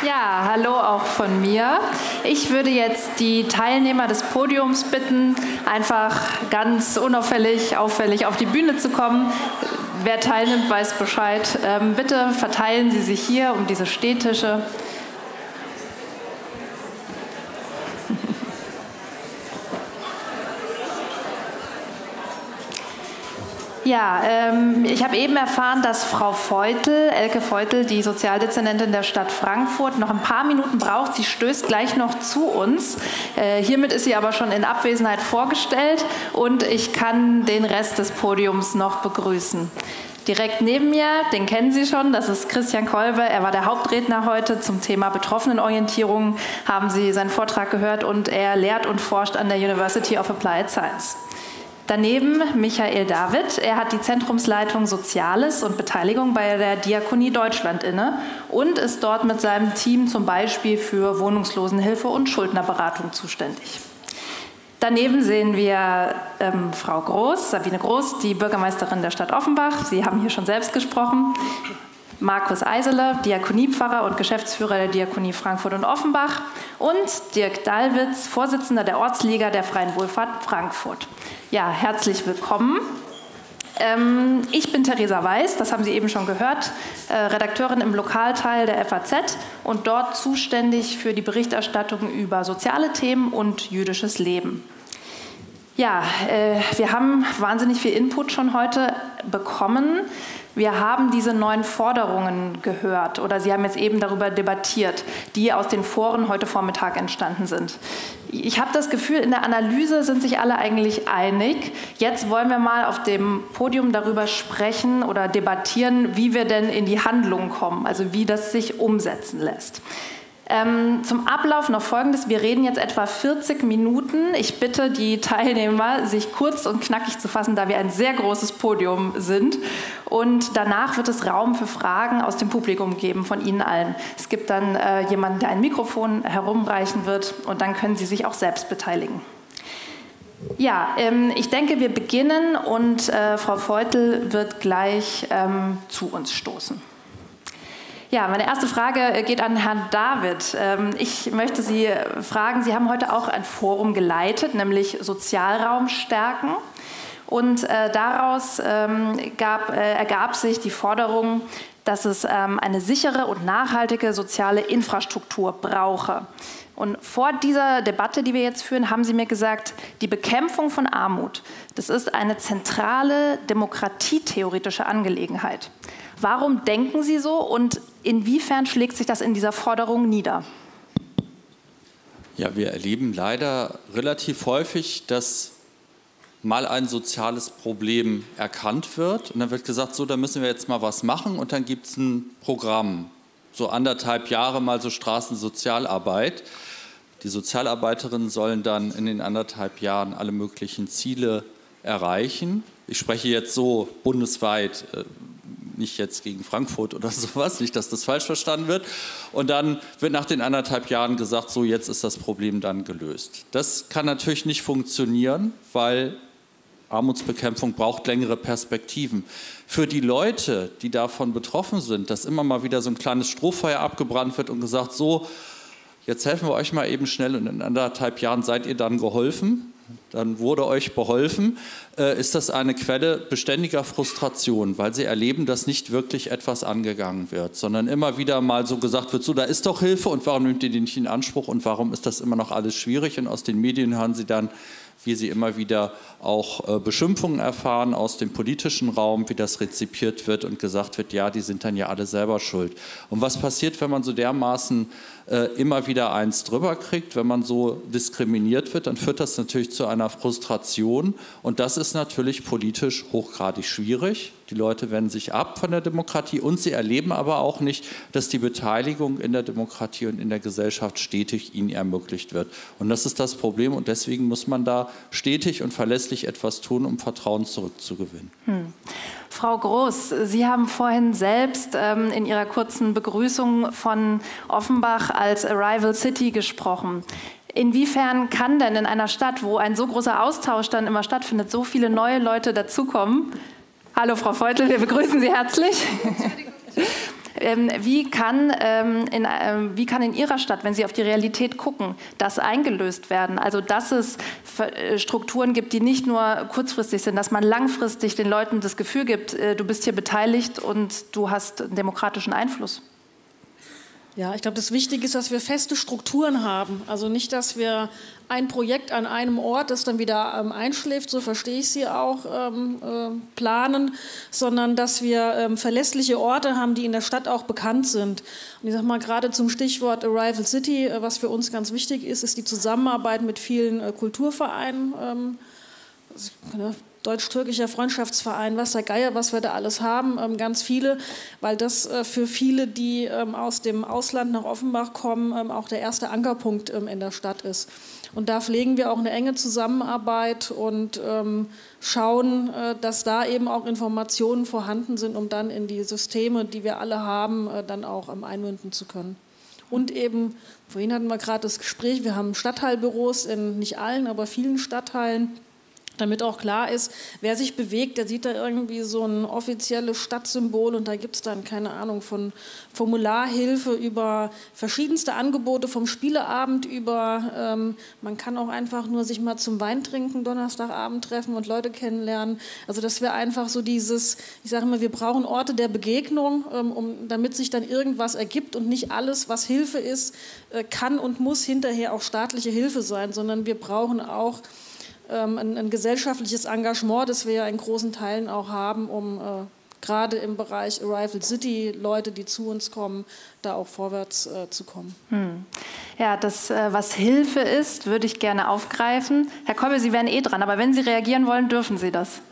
Ja, hallo auch von mir. Ich würde jetzt die Teilnehmer des Podiums bitten, einfach ganz auffällig auf die Bühne zu kommen. Wer teilnimmt, weiß Bescheid. Bitte verteilen Sie sich hier um diese Stehtische. Ja, ich habe eben erfahren, dass Frau Feutel, Elke Feutel, die Sozialdezernentin der Stadt Frankfurt, noch ein paar Minuten braucht. Sie stößt gleich noch zu uns. Hiermit ist sie aber schon in Abwesenheit vorgestellt und ich kann den Rest des Podiums noch begrüßen. Direkt neben mir, den kennen Sie schon, das ist Christian Kolbe. Er war der Hauptredner heute zum Thema Betroffenenorientierung. Haben Sie seinen Vortrag gehört und er lehrt und forscht an der University of Applied Science. Daneben Michael David. Er hat die Zentrumsleitung Soziales und Beteiligung bei der Diakonie Deutschland inne und ist dort mit seinem Team zum Beispiel für Wohnungslosenhilfe und Schuldnerberatung zuständig. Daneben sehen wir Frau Groß, Sabine Groß, die Bürgermeisterin der Stadt Offenbach. Sie haben hier schon selbst gesprochen. Markus Eisele, Diakoniepfarrer und Geschäftsführer der Diakonie Frankfurt und Offenbach. Und Dirk Dallwitz, Vorsitzender der Ortsliga der Freien Wohlfahrt Frankfurt. Ja, herzlich willkommen. Ich bin Theresa Weiß, das haben Sie eben schon gehört, Redakteurin im Lokalteil der FAZ und dort zuständig für die Berichterstattung über soziale Themen und jüdisches Leben. Ja, wir haben wahnsinnig viel Input schon heute bekommen. Wir haben diese neuen Forderungen gehört oder Sie haben jetzt eben darüber debattiert, die aus den Foren heute Vormittag entstanden sind. Ich habe das Gefühl, in der Analyse sind sich alle eigentlich einig. Jetzt wollen wir mal auf dem Podium darüber sprechen oder debattieren, wie wir denn in die Handlung kommen, also wie das sich umsetzen lässt. Zum Ablauf noch Folgendes. Wir reden jetzt etwa 40 Minuten. Ich bitte die Teilnehmer, sich kurz und knackig zu fassen, da wir ein sehr großes Podium sind. Und danach wird es Raum für Fragen aus dem Publikum geben, von Ihnen allen. Es gibt dann jemanden, der ein Mikrofon herumreichen wird und dann können Sie sich auch selbst beteiligen. Ja, ich denke, wir beginnen und Frau Feutel wird gleich zu uns stoßen. Ja, meine erste Frage geht an Herrn David. Ich möchte Sie fragen, Sie haben heute auch ein Forum geleitet, nämlich Sozialraum stärken. Und daraus ergab sich die Forderung, dass es eine sichere und nachhaltige soziale Infrastruktur brauche. Und vor dieser Debatte, die wir jetzt führen, haben Sie mir gesagt, die Bekämpfung von Armut, das ist eine zentrale demokratietheoretische Angelegenheit. Warum denken Sie so und inwiefern schlägt sich das in dieser Forderung nieder? Ja, wir erleben leider relativ häufig, dass mal ein soziales Problem erkannt wird und dann wird gesagt, so, da müssen wir jetzt mal was machen und dann gibt es ein Programm, so 1,5 Jahre mal so Straßensozialarbeit. Die Sozialarbeiterinnen sollen dann in den 1,5 Jahren alle möglichen Ziele erreichen. Ich spreche jetzt so bundesweit, nicht jetzt gegen Frankfurt oder sowas, nicht, dass das falsch verstanden wird. Und dann wird nach den 1,5 Jahren gesagt, so jetzt ist das Problem dann gelöst. Das kann natürlich nicht funktionieren, weil Armutsbekämpfung braucht längere Perspektiven. Für die Leute, die davon betroffen sind, dass immer mal wieder so ein kleines Strohfeuer abgebrannt wird und gesagt, so, jetzt helfen wir euch mal eben schnell und in 1,5 Jahren seid ihr dann geholfen, dann wurde euch beholfen, ist das eine Quelle beständiger Frustration, weil sie erleben, dass nicht wirklich etwas angegangen wird, sondern immer wieder mal so gesagt wird, so, da ist doch Hilfe und warum nimmt ihr die nicht in Anspruch und warum ist das immer noch alles schwierig? Und aus den Medien hören sie dann, wie sie immer wieder auch Beschimpfungen erfahren aus dem politischen Raum, wie das rezipiert wird und gesagt wird, ja, die sind dann ja alle selber schuld. Und was passiert, wenn man so dermaßen immer wieder eins drüber kriegt, wenn man so diskriminiert wird, dann führt das natürlich zu einer Frustration und das ist natürlich politisch hochgradig schwierig. Die Leute wenden sich ab von der Demokratie und sie erleben aber auch nicht, dass die Beteiligung in der Demokratie und in der Gesellschaft stetig ihnen ermöglicht wird. Und das ist das Problem und deswegen muss man da stetig und verlässlich etwas tun, um Vertrauen zurückzugewinnen. Frau Groß, Sie haben vorhin selbst in Ihrer kurzen Begrüßung von Offenbach als Arrival City gesprochen. Inwiefern kann denn in einer Stadt, wo ein so großer Austausch dann immer stattfindet, so viele neue Leute dazukommen? Hallo Frau Feutel, wir begrüßen Sie herzlich. Wie kann in Ihrer Stadt, wenn Sie auf die Realität gucken, das eingelöst werden? Also dass es Strukturen gibt, die nicht nur kurzfristig sind, dass man langfristig den Leuten das Gefühl gibt, du bist hier beteiligt und du hast einen demokratischen Einfluss. Ja, ich glaube, das Wichtige ist, dass wir feste Strukturen haben. Also nicht, dass wir ein Projekt an einem Ort, das dann wieder einschläft, so verstehe ich Sie auch, planen, sondern dass wir verlässliche Orte haben, die in der Stadt auch bekannt sind. Und ich sage mal, gerade zum Stichwort Arrival City, was für uns ganz wichtig ist, ist die Zusammenarbeit mit vielen Kulturvereinen, Deutsch-Türkischer Freundschaftsverein, was der Geier, was wir da alles haben, ganz viele, weil das für viele, die aus dem Ausland nach Offenbach kommen, auch der erste Ankerpunkt in der Stadt ist. Und da pflegen wir auch eine enge Zusammenarbeit und schauen, dass da eben auch Informationen vorhanden sind, um dann in die Systeme, die wir alle haben, dann auch einmünden zu können. Und eben, vorhin hatten wir gerade das Gespräch, wir haben Stadtteilbüros in nicht allen, aber vielen Stadtteilen, damit auch klar ist, wer sich bewegt, der sieht da irgendwie so ein offizielles Stadtsymbol und da gibt es dann, keine Ahnung, von Formularhilfe über verschiedenste Angebote, vom Spieleabend über, man kann auch einfach nur sich mal zum Weintrinken Donnerstagabend treffen und Leute kennenlernen. Also das wäre einfach so dieses, ich sage immer, wir brauchen Orte der Begegnung, damit sich dann irgendwas ergibt und nicht alles, was Hilfe ist, kann und muss hinterher auch staatliche Hilfe sein, sondern wir brauchen auch ein gesellschaftliches Engagement, das wir ja in großen Teilen auch haben, um gerade im Bereich Arrival City, Leute, die zu uns kommen, da auch vorwärts zu kommen. Ja, das, was Hilfe ist, würde ich gerne aufgreifen. Herr Kolbe, Sie wären eh dran, aber wenn Sie reagieren wollen, dürfen Sie das.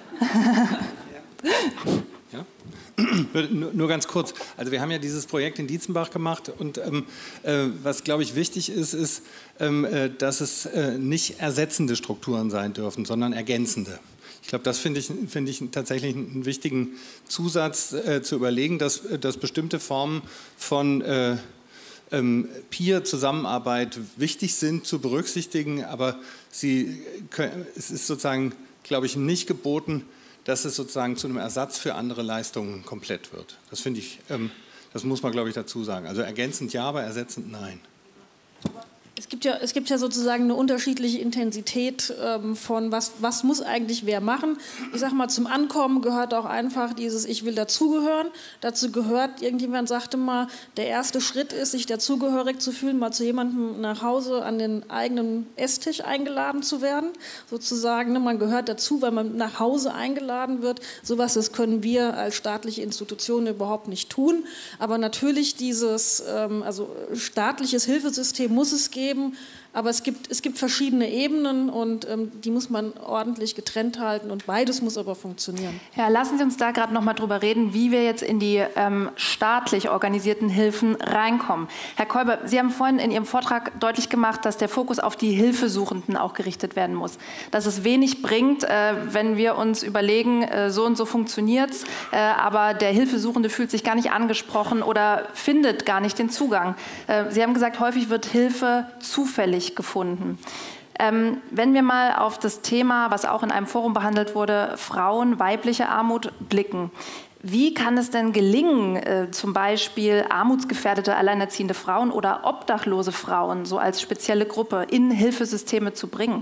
Ja? Nur ganz kurz. Also wir haben ja dieses Projekt in Dietzenbach gemacht und was, glaube ich, wichtig ist, ist, dass es nicht ersetzende Strukturen sein dürfen, sondern ergänzende. Ich glaube, das finde ich tatsächlich einen wichtigen Zusatz zu überlegen, dass bestimmte Formen von Peer-Zusammenarbeit wichtig sind zu berücksichtigen, aber es ist sozusagen, glaube ich, nicht geboten, dass es sozusagen zu einem Ersatz für andere Leistungen komplett wird. Das finde ich, das muss man, glaube ich, dazu sagen. Also ergänzend ja, aber ersetzend nein. Es gibt ja sozusagen eine unterschiedliche Intensität von was muss eigentlich wer machen. Ich sage mal, zum Ankommen gehört auch einfach dieses Ich will dazugehören. Dazu gehört, irgendjemand sagte mal, der erste Schritt ist, sich dazugehörig zu fühlen, mal zu jemandem nach Hause an den eigenen Esstisch eingeladen zu werden. Sozusagen, ne, man gehört dazu, weil man nach Hause eingeladen wird. Sowas, das können wir als staatliche Institutionen überhaupt nicht tun. Aber natürlich dieses also staatliches Hilfesystem muss es geben. Aber es gibt verschiedene Ebenen und die muss man ordentlich getrennt halten und beides muss aber funktionieren. Ja, lassen Sie uns da gerade noch mal drüber reden, wie wir jetzt in die staatlich organisierten Hilfen reinkommen. Herr Kolbe, Sie haben vorhin in Ihrem Vortrag deutlich gemacht, dass der Fokus auf die Hilfesuchenden auch gerichtet werden muss. Dass es wenig bringt, wenn wir uns überlegen, so und so funktioniert es, aber der Hilfesuchende fühlt sich gar nicht angesprochen oder findet gar nicht den Zugang. Sie haben gesagt, häufig wird Hilfe zufällig gefunden. Wenn wir mal auf das Thema, was auch in einem Forum behandelt wurde, Frauen, weibliche Armut blicken. Wie kann es denn gelingen, zum Beispiel armutsgefährdete, alleinerziehende Frauen oder obdachlose Frauen so als spezielle Gruppe in Hilfesysteme zu bringen?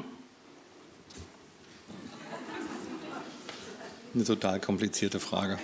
Eine total komplizierte Frage.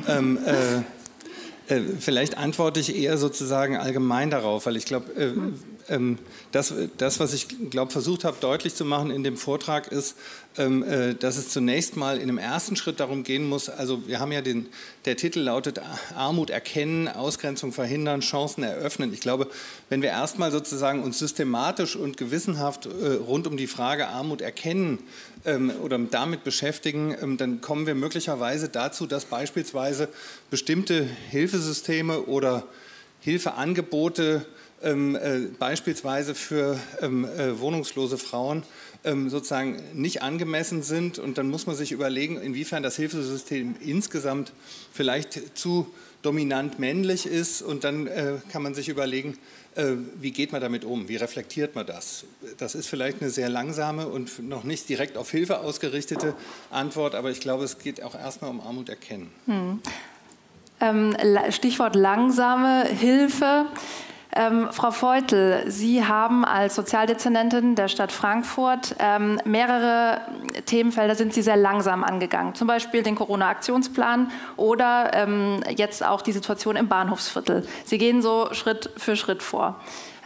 Vielleicht antworte ich eher sozusagen allgemein darauf, weil ich glaube, das, was ich glaube, versucht habe deutlich zu machen in dem Vortrag, ist, dass es zunächst mal in einem ersten Schritt darum gehen muss, also wir haben ja der Titel lautet Armut erkennen, Ausgrenzung verhindern, Chancen eröffnen. Ich glaube, wenn wir erstmal sozusagen uns systematisch und gewissenhaft rund um die Frage Armut erkennen oder damit beschäftigen, dann kommen wir möglicherweise dazu, dass beispielsweise bestimmte Hilfesysteme oder Hilfeangebote beispielsweise für wohnungslose Frauen sozusagen nicht angemessen sind. Und dann muss man sich überlegen, inwiefern das Hilfesystem insgesamt vielleicht zu dominant männlich ist. Und dann kann man sich überlegen, wie geht man damit um? Wie reflektiert man das? Das ist vielleicht eine sehr langsame und noch nicht direkt auf Hilfe ausgerichtete Antwort, aber ich glaube, es geht auch erstmal um Armut erkennen. Stichwort langsame Hilfe. Frau Feutel, Sie haben als Sozialdezernentin der Stadt Frankfurt mehrere Themenfelder sind Sie sehr langsam angegangen. Zum Beispiel den Corona-Aktionsplan oder jetzt auch die Situation im Bahnhofsviertel. Sie gehen so Schritt für Schritt vor.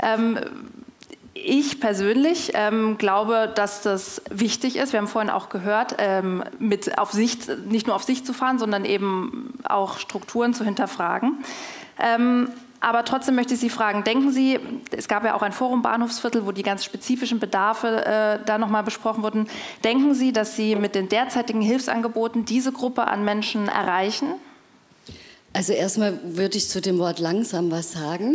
Ich persönlich glaube, dass das wichtig ist. Wir haben vorhin auch gehört, nicht nur auf Sicht zu fahren, sondern eben auch Strukturen zu hinterfragen. Aber trotzdem möchte ich Sie fragen, denken Sie, es gab ja auch ein Forum Bahnhofsviertel, wo die ganz spezifischen Bedarfe da nochmal besprochen wurden. Denken Sie, dass Sie mit den derzeitigen Hilfsangeboten diese Gruppe an Menschen erreichen? Also erstmal würde ich zu dem Wort langsam was sagen.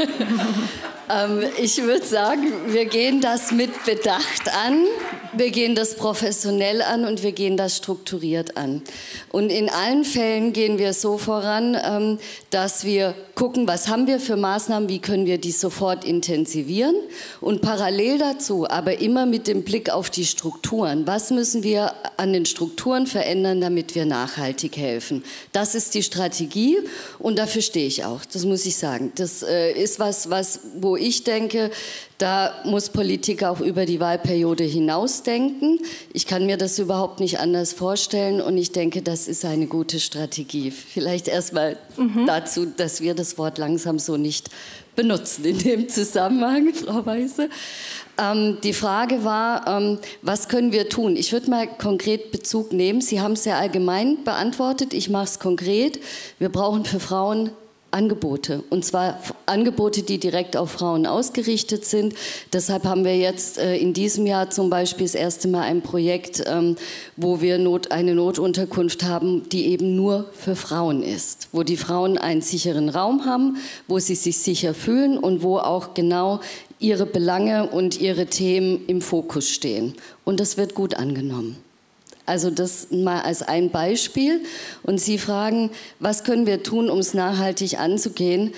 Ich würde sagen, wir gehen das mit Bedacht an, wir gehen das professionell an und wir gehen das strukturiert an. Und in allen Fällen gehen wir so voran, dass wir gucken, was haben wir für Maßnahmen, wie können wir die sofort intensivieren und parallel dazu, aber immer mit dem Blick auf die Strukturen. Was müssen wir an den Strukturen verändern, damit wir nachhaltig helfen? Das ist die Strategie und dafür stehe ich auch, das muss ich sagen. Das ist was, wo ich denke, da muss Politik auch über die Wahlperiode hinausdenken. Ich kann mir das überhaupt nicht anders vorstellen und ich denke, das ist eine gute Strategie. Vielleicht erstmal dazu, dass wir das Wort langsam so nicht benutzen in dem Zusammenhang, Frau Weise. Die Frage war, was können wir tun? Ich würde mal konkret Bezug nehmen. Sie haben es sehr allgemein beantwortet. Ich mache es konkret. Wir brauchen für Frauen Angebote, und zwar Angebote, die direkt auf Frauen ausgerichtet sind. Deshalb haben wir jetzt in diesem Jahr zum Beispiel das erste Mal ein Projekt, wo wir eine Notunterkunft haben, die eben nur für Frauen ist, wo die Frauen einen sicheren Raum haben, wo sie sich sicher fühlen und wo auch genau ihre Belange und ihre Themen im Fokus stehen. Und das wird gut angenommen. Also das mal als ein Beispiel. Und Sie fragen, was können wir tun, um es nachhaltig anzugehen?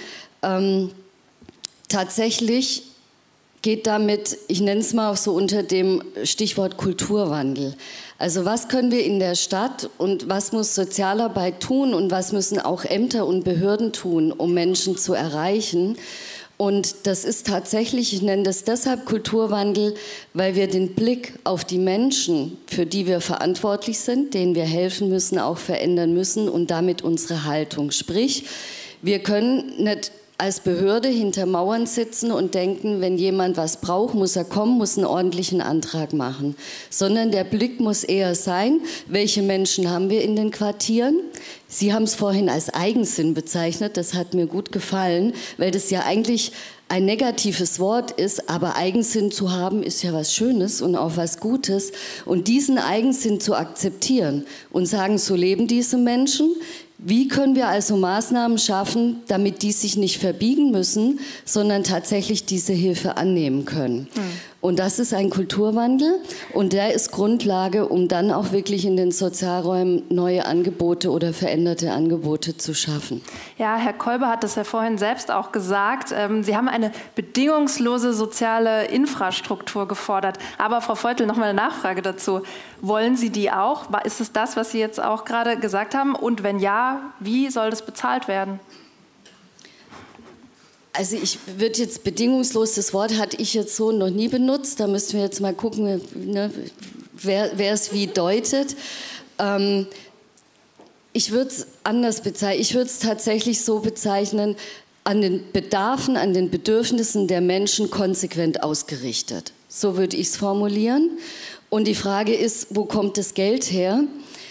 Tatsächlich geht damit, ich nenne es mal so unter dem Stichwort Kulturwandel. Also was können wir in der Stadt und was muss Sozialarbeit tun und was müssen auch Ämter und Behörden tun, um Menschen zu erreichen? Und das ist tatsächlich, ich nenne das deshalb Kulturwandel, weil wir den Blick auf die Menschen, für die wir verantwortlich sind, denen wir helfen müssen, auch verändern müssen und damit unsere Haltung. Sprich, wir können nicht als Behörde hinter Mauern sitzen und denken, wenn jemand was braucht, muss er kommen, muss einen ordentlichen Antrag machen. Sondern der Blick muss eher sein, welche Menschen haben wir in den Quartieren? Sie haben es vorhin als Eigensinn bezeichnet, das hat mir gut gefallen, weil das ja eigentlich ein negatives Wort ist, aber Eigensinn zu haben ist ja was Schönes und auch was Gutes. Und diesen Eigensinn zu akzeptieren und sagen, so leben diese Menschen. Wie können wir also Maßnahmen schaffen, damit die sich nicht verbiegen müssen, sondern tatsächlich diese Hilfe annehmen können? Und das ist ein Kulturwandel und der ist Grundlage, um dann auch wirklich in den Sozialräumen neue Angebote oder veränderte Angebote zu schaffen. Ja, Herr Kolbe hat das ja vorhin selbst auch gesagt. Sie haben eine bedingungslose soziale Infrastruktur gefordert. Aber Frau Feutel, noch mal eine Nachfrage dazu. Wollen Sie die auch? Ist es das, was Sie jetzt auch gerade gesagt haben? Und wenn ja, wie soll das bezahlt werden? Also ich würde jetzt bedingungslos, das Wort hatte ich jetzt so noch nie benutzt, da müssten wir jetzt mal gucken, ne, wer es wie deutet. Ich würde es anders bezeichnen, ich würde es tatsächlich so bezeichnen, an den Bedarfen, an den Bedürfnissen der Menschen konsequent ausgerichtet. So würde ich es formulieren. Und die Frage ist, wo kommt das Geld her?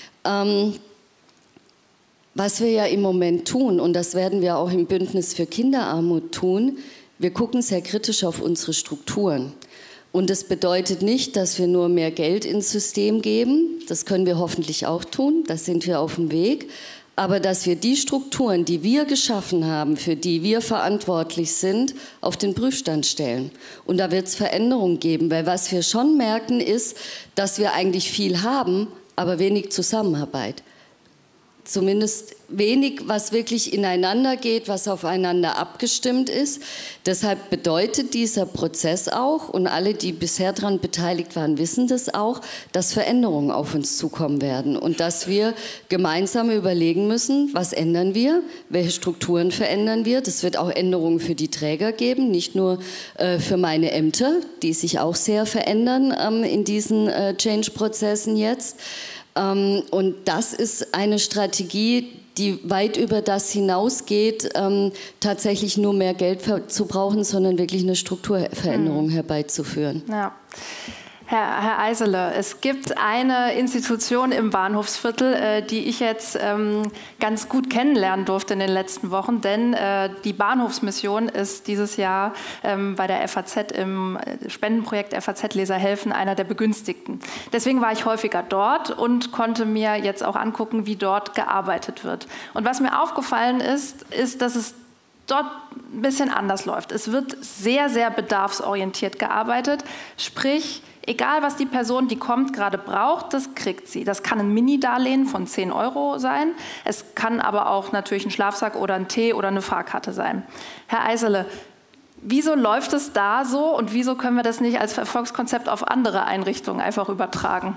Was wir ja im Moment tun, und das werden wir auch im Bündnis für Kinderarmut tun, wir gucken sehr kritisch auf unsere Strukturen. Und das bedeutet nicht, dass wir nur mehr Geld ins System geben, das können wir hoffentlich auch tun, da sind wir auf dem Weg, aber dass wir die Strukturen, die wir geschaffen haben, für die wir verantwortlich sind, auf den Prüfstand stellen. Und da wird es Veränderungen geben, weil was wir schon merken ist, dass wir eigentlich viel haben, aber wenig Zusammenarbeit. zumindest wenig, was wirklich ineinander geht, was aufeinander abgestimmt ist. Deshalb bedeutet dieser Prozess auch, und alle, die bisher daran beteiligt waren, wissen das auch, dass Veränderungen auf uns zukommen werden und dass wir gemeinsam überlegen müssen, was ändern wir, welche Strukturen verändern wir. Das wird auch Änderungen für die Träger geben, nicht nur für meine Ämter, die sich auch sehr verändern in diesen Change-Prozessen jetzt. Und das ist eine Strategie, die weit über das hinausgeht, tatsächlich nur mehr Geld zu brauchen, sondern wirklich eine Strukturveränderung herbeizuführen. Ja. Herr Eisele, es gibt eine Institution im Bahnhofsviertel, die ich jetzt ganz gut kennenlernen durfte in den letzten Wochen, denn die Bahnhofsmission ist dieses Jahr bei der FAZ im Spendenprojekt FAZ-Leser helfen einer der Begünstigten. Deswegen war ich häufiger dort und konnte mir jetzt auch angucken, wie dort gearbeitet wird. Und was mir aufgefallen ist, dass es dort ein bisschen anders läuft. Es wird sehr, sehr bedarfsorientiert gearbeitet, sprich, egal, was die Person, die kommt, gerade braucht, das kriegt sie. Das kann ein Mini-Darlehen von 10 € sein. Es kann aber auch natürlich ein Schlafsack oder ein Tee oder eine Fahrkarte sein. Herr Eisele, wieso läuft es da so und wieso können wir das nicht als Erfolgskonzept auf andere Einrichtungen einfach übertragen?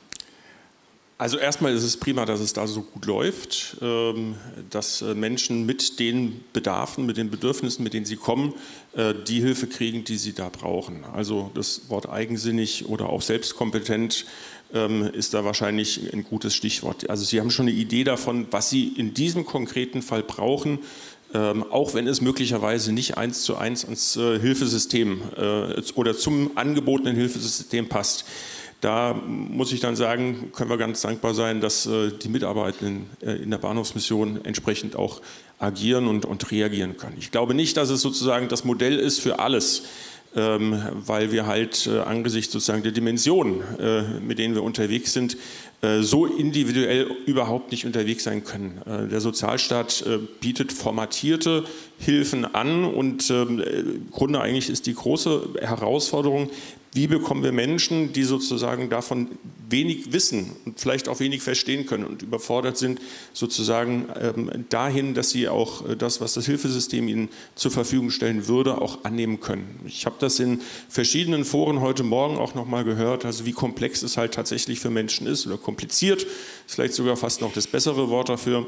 Also erstmal ist es prima, dass es da so gut läuft, dass Menschen mit den Bedarfen, mit den Bedürfnissen, mit denen sie kommen, die Hilfe kriegen, die sie da brauchen. Also das Wort eigensinnig oder auch selbstkompetent ist da wahrscheinlich ein gutes Stichwort. Also Sie haben schon eine Idee davon, was Sie in diesem konkreten Fall brauchen, auch wenn es möglicherweise nicht 1:1 ans Hilfesystem oder zum angebotenen Hilfesystem passt. Da muss ich dann sagen, können wir ganz dankbar sein, dass die Mitarbeitenden in der Bahnhofsmission entsprechend auch agieren und reagieren können. Ich glaube nicht, dass es sozusagen das Modell ist für alles, weil wir halt angesichts sozusagen der Dimensionen, mit denen wir unterwegs sind, so individuell überhaupt nicht unterwegs sein können. Der Sozialstaat bietet formatierte Hilfen an und im Grunde eigentlich ist die große Herausforderung, wie bekommen wir Menschen, die sozusagen davon wenig wissen und vielleicht auch wenig verstehen können und überfordert sind, sozusagen dahin, dass sie auch das, was das Hilfesystem ihnen zur Verfügung stellen würde, auch annehmen können. Ich habe das in verschiedenen Foren heute Morgen auch nochmal gehört, also wie komplex es halt tatsächlich für Menschen ist oder kompliziert, ist vielleicht sogar fast noch das bessere Wort dafür.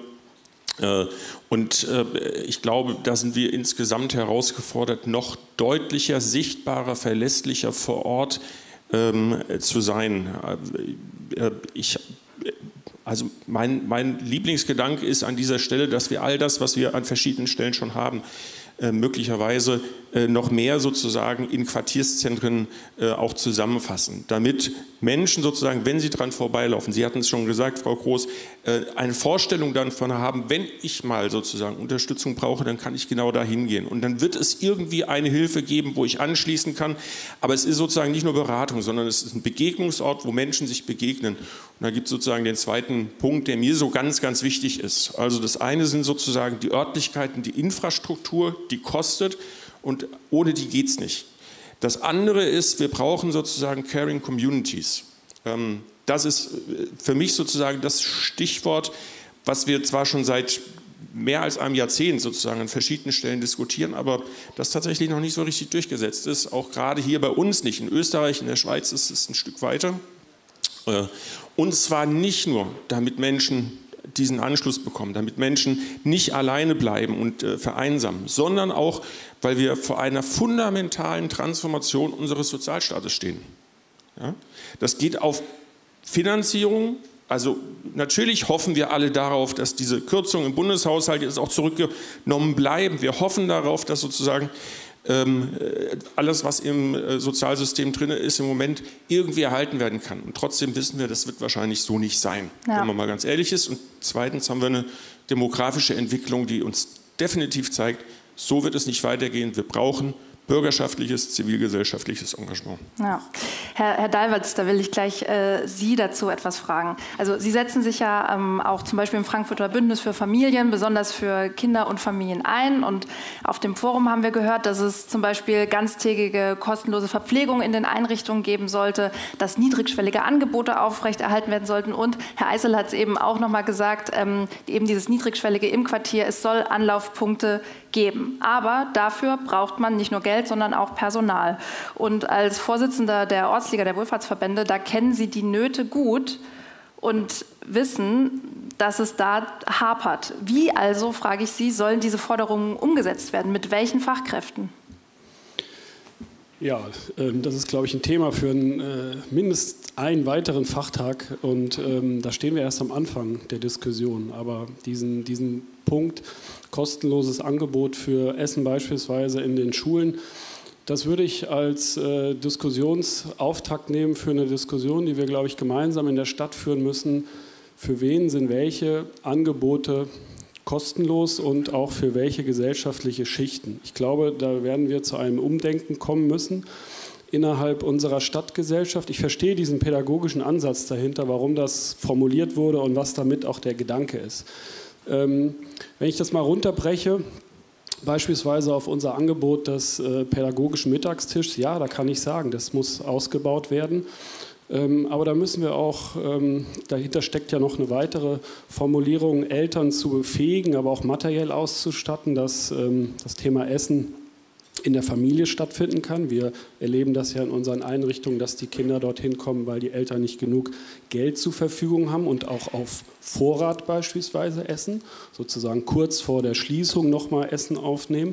Und ich glaube, da sind wir insgesamt herausgefordert, noch deutlicher, sichtbarer, verlässlicher vor Ort zu sein. Also mein Lieblingsgedanke ist an dieser Stelle, dass wir all das, was wir an verschiedenen Stellen schon haben, möglicherweise noch mehr sozusagen in Quartierszentren auch zusammenfassen, damit Menschen sozusagen, wenn sie dran vorbeilaufen, Sie hatten es schon gesagt, Frau Groß, eine Vorstellung davon haben, wenn ich mal sozusagen Unterstützung brauche, dann kann ich genau da hingehen. Und dann wird es irgendwie eine Hilfe geben, wo ich anschließen kann. Aber es ist sozusagen nicht nur Beratung, sondern es ist ein Begegnungsort, wo Menschen sich begegnen. Und da gibt es sozusagen den zweiten Punkt, der mir so ganz, ganz wichtig ist. Also das eine sind sozusagen die Örtlichkeiten, die Infrastruktur, die kostet und ohne die geht es nicht. Das andere ist, wir brauchen sozusagen Caring Communities. Das ist für mich sozusagen das Stichwort, was wir zwar schon seit mehr als einem Jahrzehnt sozusagen an verschiedenen Stellen diskutieren, aber das tatsächlich noch nicht so richtig durchgesetzt ist. Auch gerade hier bei uns nicht. In Österreich, in der Schweiz ist es ein Stück weiter. Und zwar nicht nur, damit Menschen diesen Anschluss bekommen, damit Menschen nicht alleine bleiben und vereinsamen, sondern auch, weil wir vor einer fundamentalen Transformation unseres Sozialstaates stehen. Ja? Das geht auf Finanzierung, also natürlich hoffen wir alle darauf, dass diese Kürzungen im Bundeshaushalt jetzt auch zurückgenommen bleiben. Wir hoffen darauf, dass sozusagen alles, was im Sozialsystem drin ist, im Moment irgendwie erhalten werden kann. Und trotzdem wissen wir, das wird wahrscheinlich so nicht sein, wenn man mal ganz ehrlich ist. Und zweitens haben wir eine demografische Entwicklung, die uns definitiv zeigt, so wird es nicht weitergehen. Wir brauchen bürgerschaftliches, zivilgesellschaftliches Engagement. Ja. Herr Dalwatz, da will ich gleich Sie dazu etwas fragen. Also Sie setzen sich ja auch zum Beispiel im Frankfurter Bündnis für Familien, besonders für Kinder und Familien ein. Und auf dem Forum haben wir gehört, dass es zum Beispiel ganztägige kostenlose Verpflegung in den Einrichtungen geben sollte, dass niedrigschwellige Angebote aufrechterhalten werden sollten. Und Herr Eisel hat es eben auch noch mal gesagt, eben dieses Niedrigschwellige im Quartier, es soll Anlaufpunkte geben. Aber dafür braucht man nicht nur Geld, sondern auch Personal. Und als Vorsitzender der Ortsliga der Wohlfahrtsverbände, da kennen Sie die Nöte gut und wissen, dass es da hapert. Wie also, frage ich Sie, sollen diese Forderungen umgesetzt werden? Mit welchen Fachkräften? Ja, das ist, glaube ich, ein Thema für mindestens einen weiteren Fachtag. Und da stehen wir erst am Anfang der Diskussion. Aber diesen Punkt, kostenloses Angebot für Essen beispielsweise in den Schulen, das würde ich als Diskussionsauftakt nehmen für eine Diskussion, die wir, glaube ich, gemeinsam in der Stadt führen müssen. Für wen sind welche Angebote kostenlos und auch für welche gesellschaftliche Schichten? Ich glaube, da werden wir zu einem Umdenken kommen müssen innerhalb unserer Stadtgesellschaft. Ich verstehe diesen pädagogischen Ansatz dahinter, warum das formuliert wurde und was damit auch der Gedanke ist. Wenn ich das mal runterbreche, beispielsweise auf unser Angebot des pädagogischen Mittagstischs, ja, da kann ich sagen, das muss ausgebaut werden. Aber da müssen wir auch, dahinter steckt ja noch eine weitere Formulierung, Eltern zu befähigen, aber auch materiell auszustatten, dass das Thema Essen in der Familie stattfinden kann. Wir erleben das ja in unseren Einrichtungen, dass die Kinder dorthin kommen, weil die Eltern nicht genug Geld zur Verfügung haben und auch auf Vorrat beispielsweise essen, sozusagen kurz vor der Schließung nochmal Essen aufnehmen,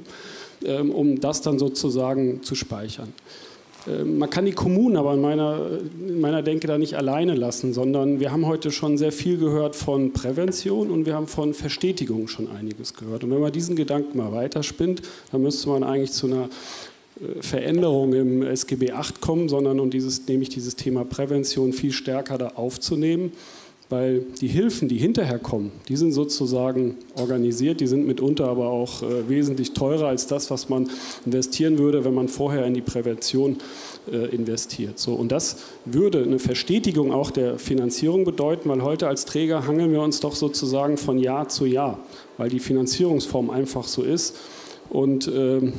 um das dann sozusagen zu speichern. Man kann die Kommunen aber in meiner Denke da nicht alleine lassen, sondern wir haben heute schon sehr viel gehört von Prävention und wir haben von Verstetigung schon einiges gehört. Und wenn man diesen Gedanken mal weiterspinnt, dann müsste man eigentlich zu einer Veränderung im SGB VIII kommen, sondern nämlich dieses Thema Prävention viel stärker da aufzunehmen. Weil die Hilfen, die hinterher kommen, die sind sozusagen organisiert, die sind mitunter aber auch wesentlich teurer als das, was man investieren würde, wenn man vorher in die Prävention investiert. So, und das würde eine Verstetigung auch der Finanzierung bedeuten, weil heute als Träger hangeln wir uns doch sozusagen von Jahr zu Jahr, weil die Finanzierungsform einfach so ist und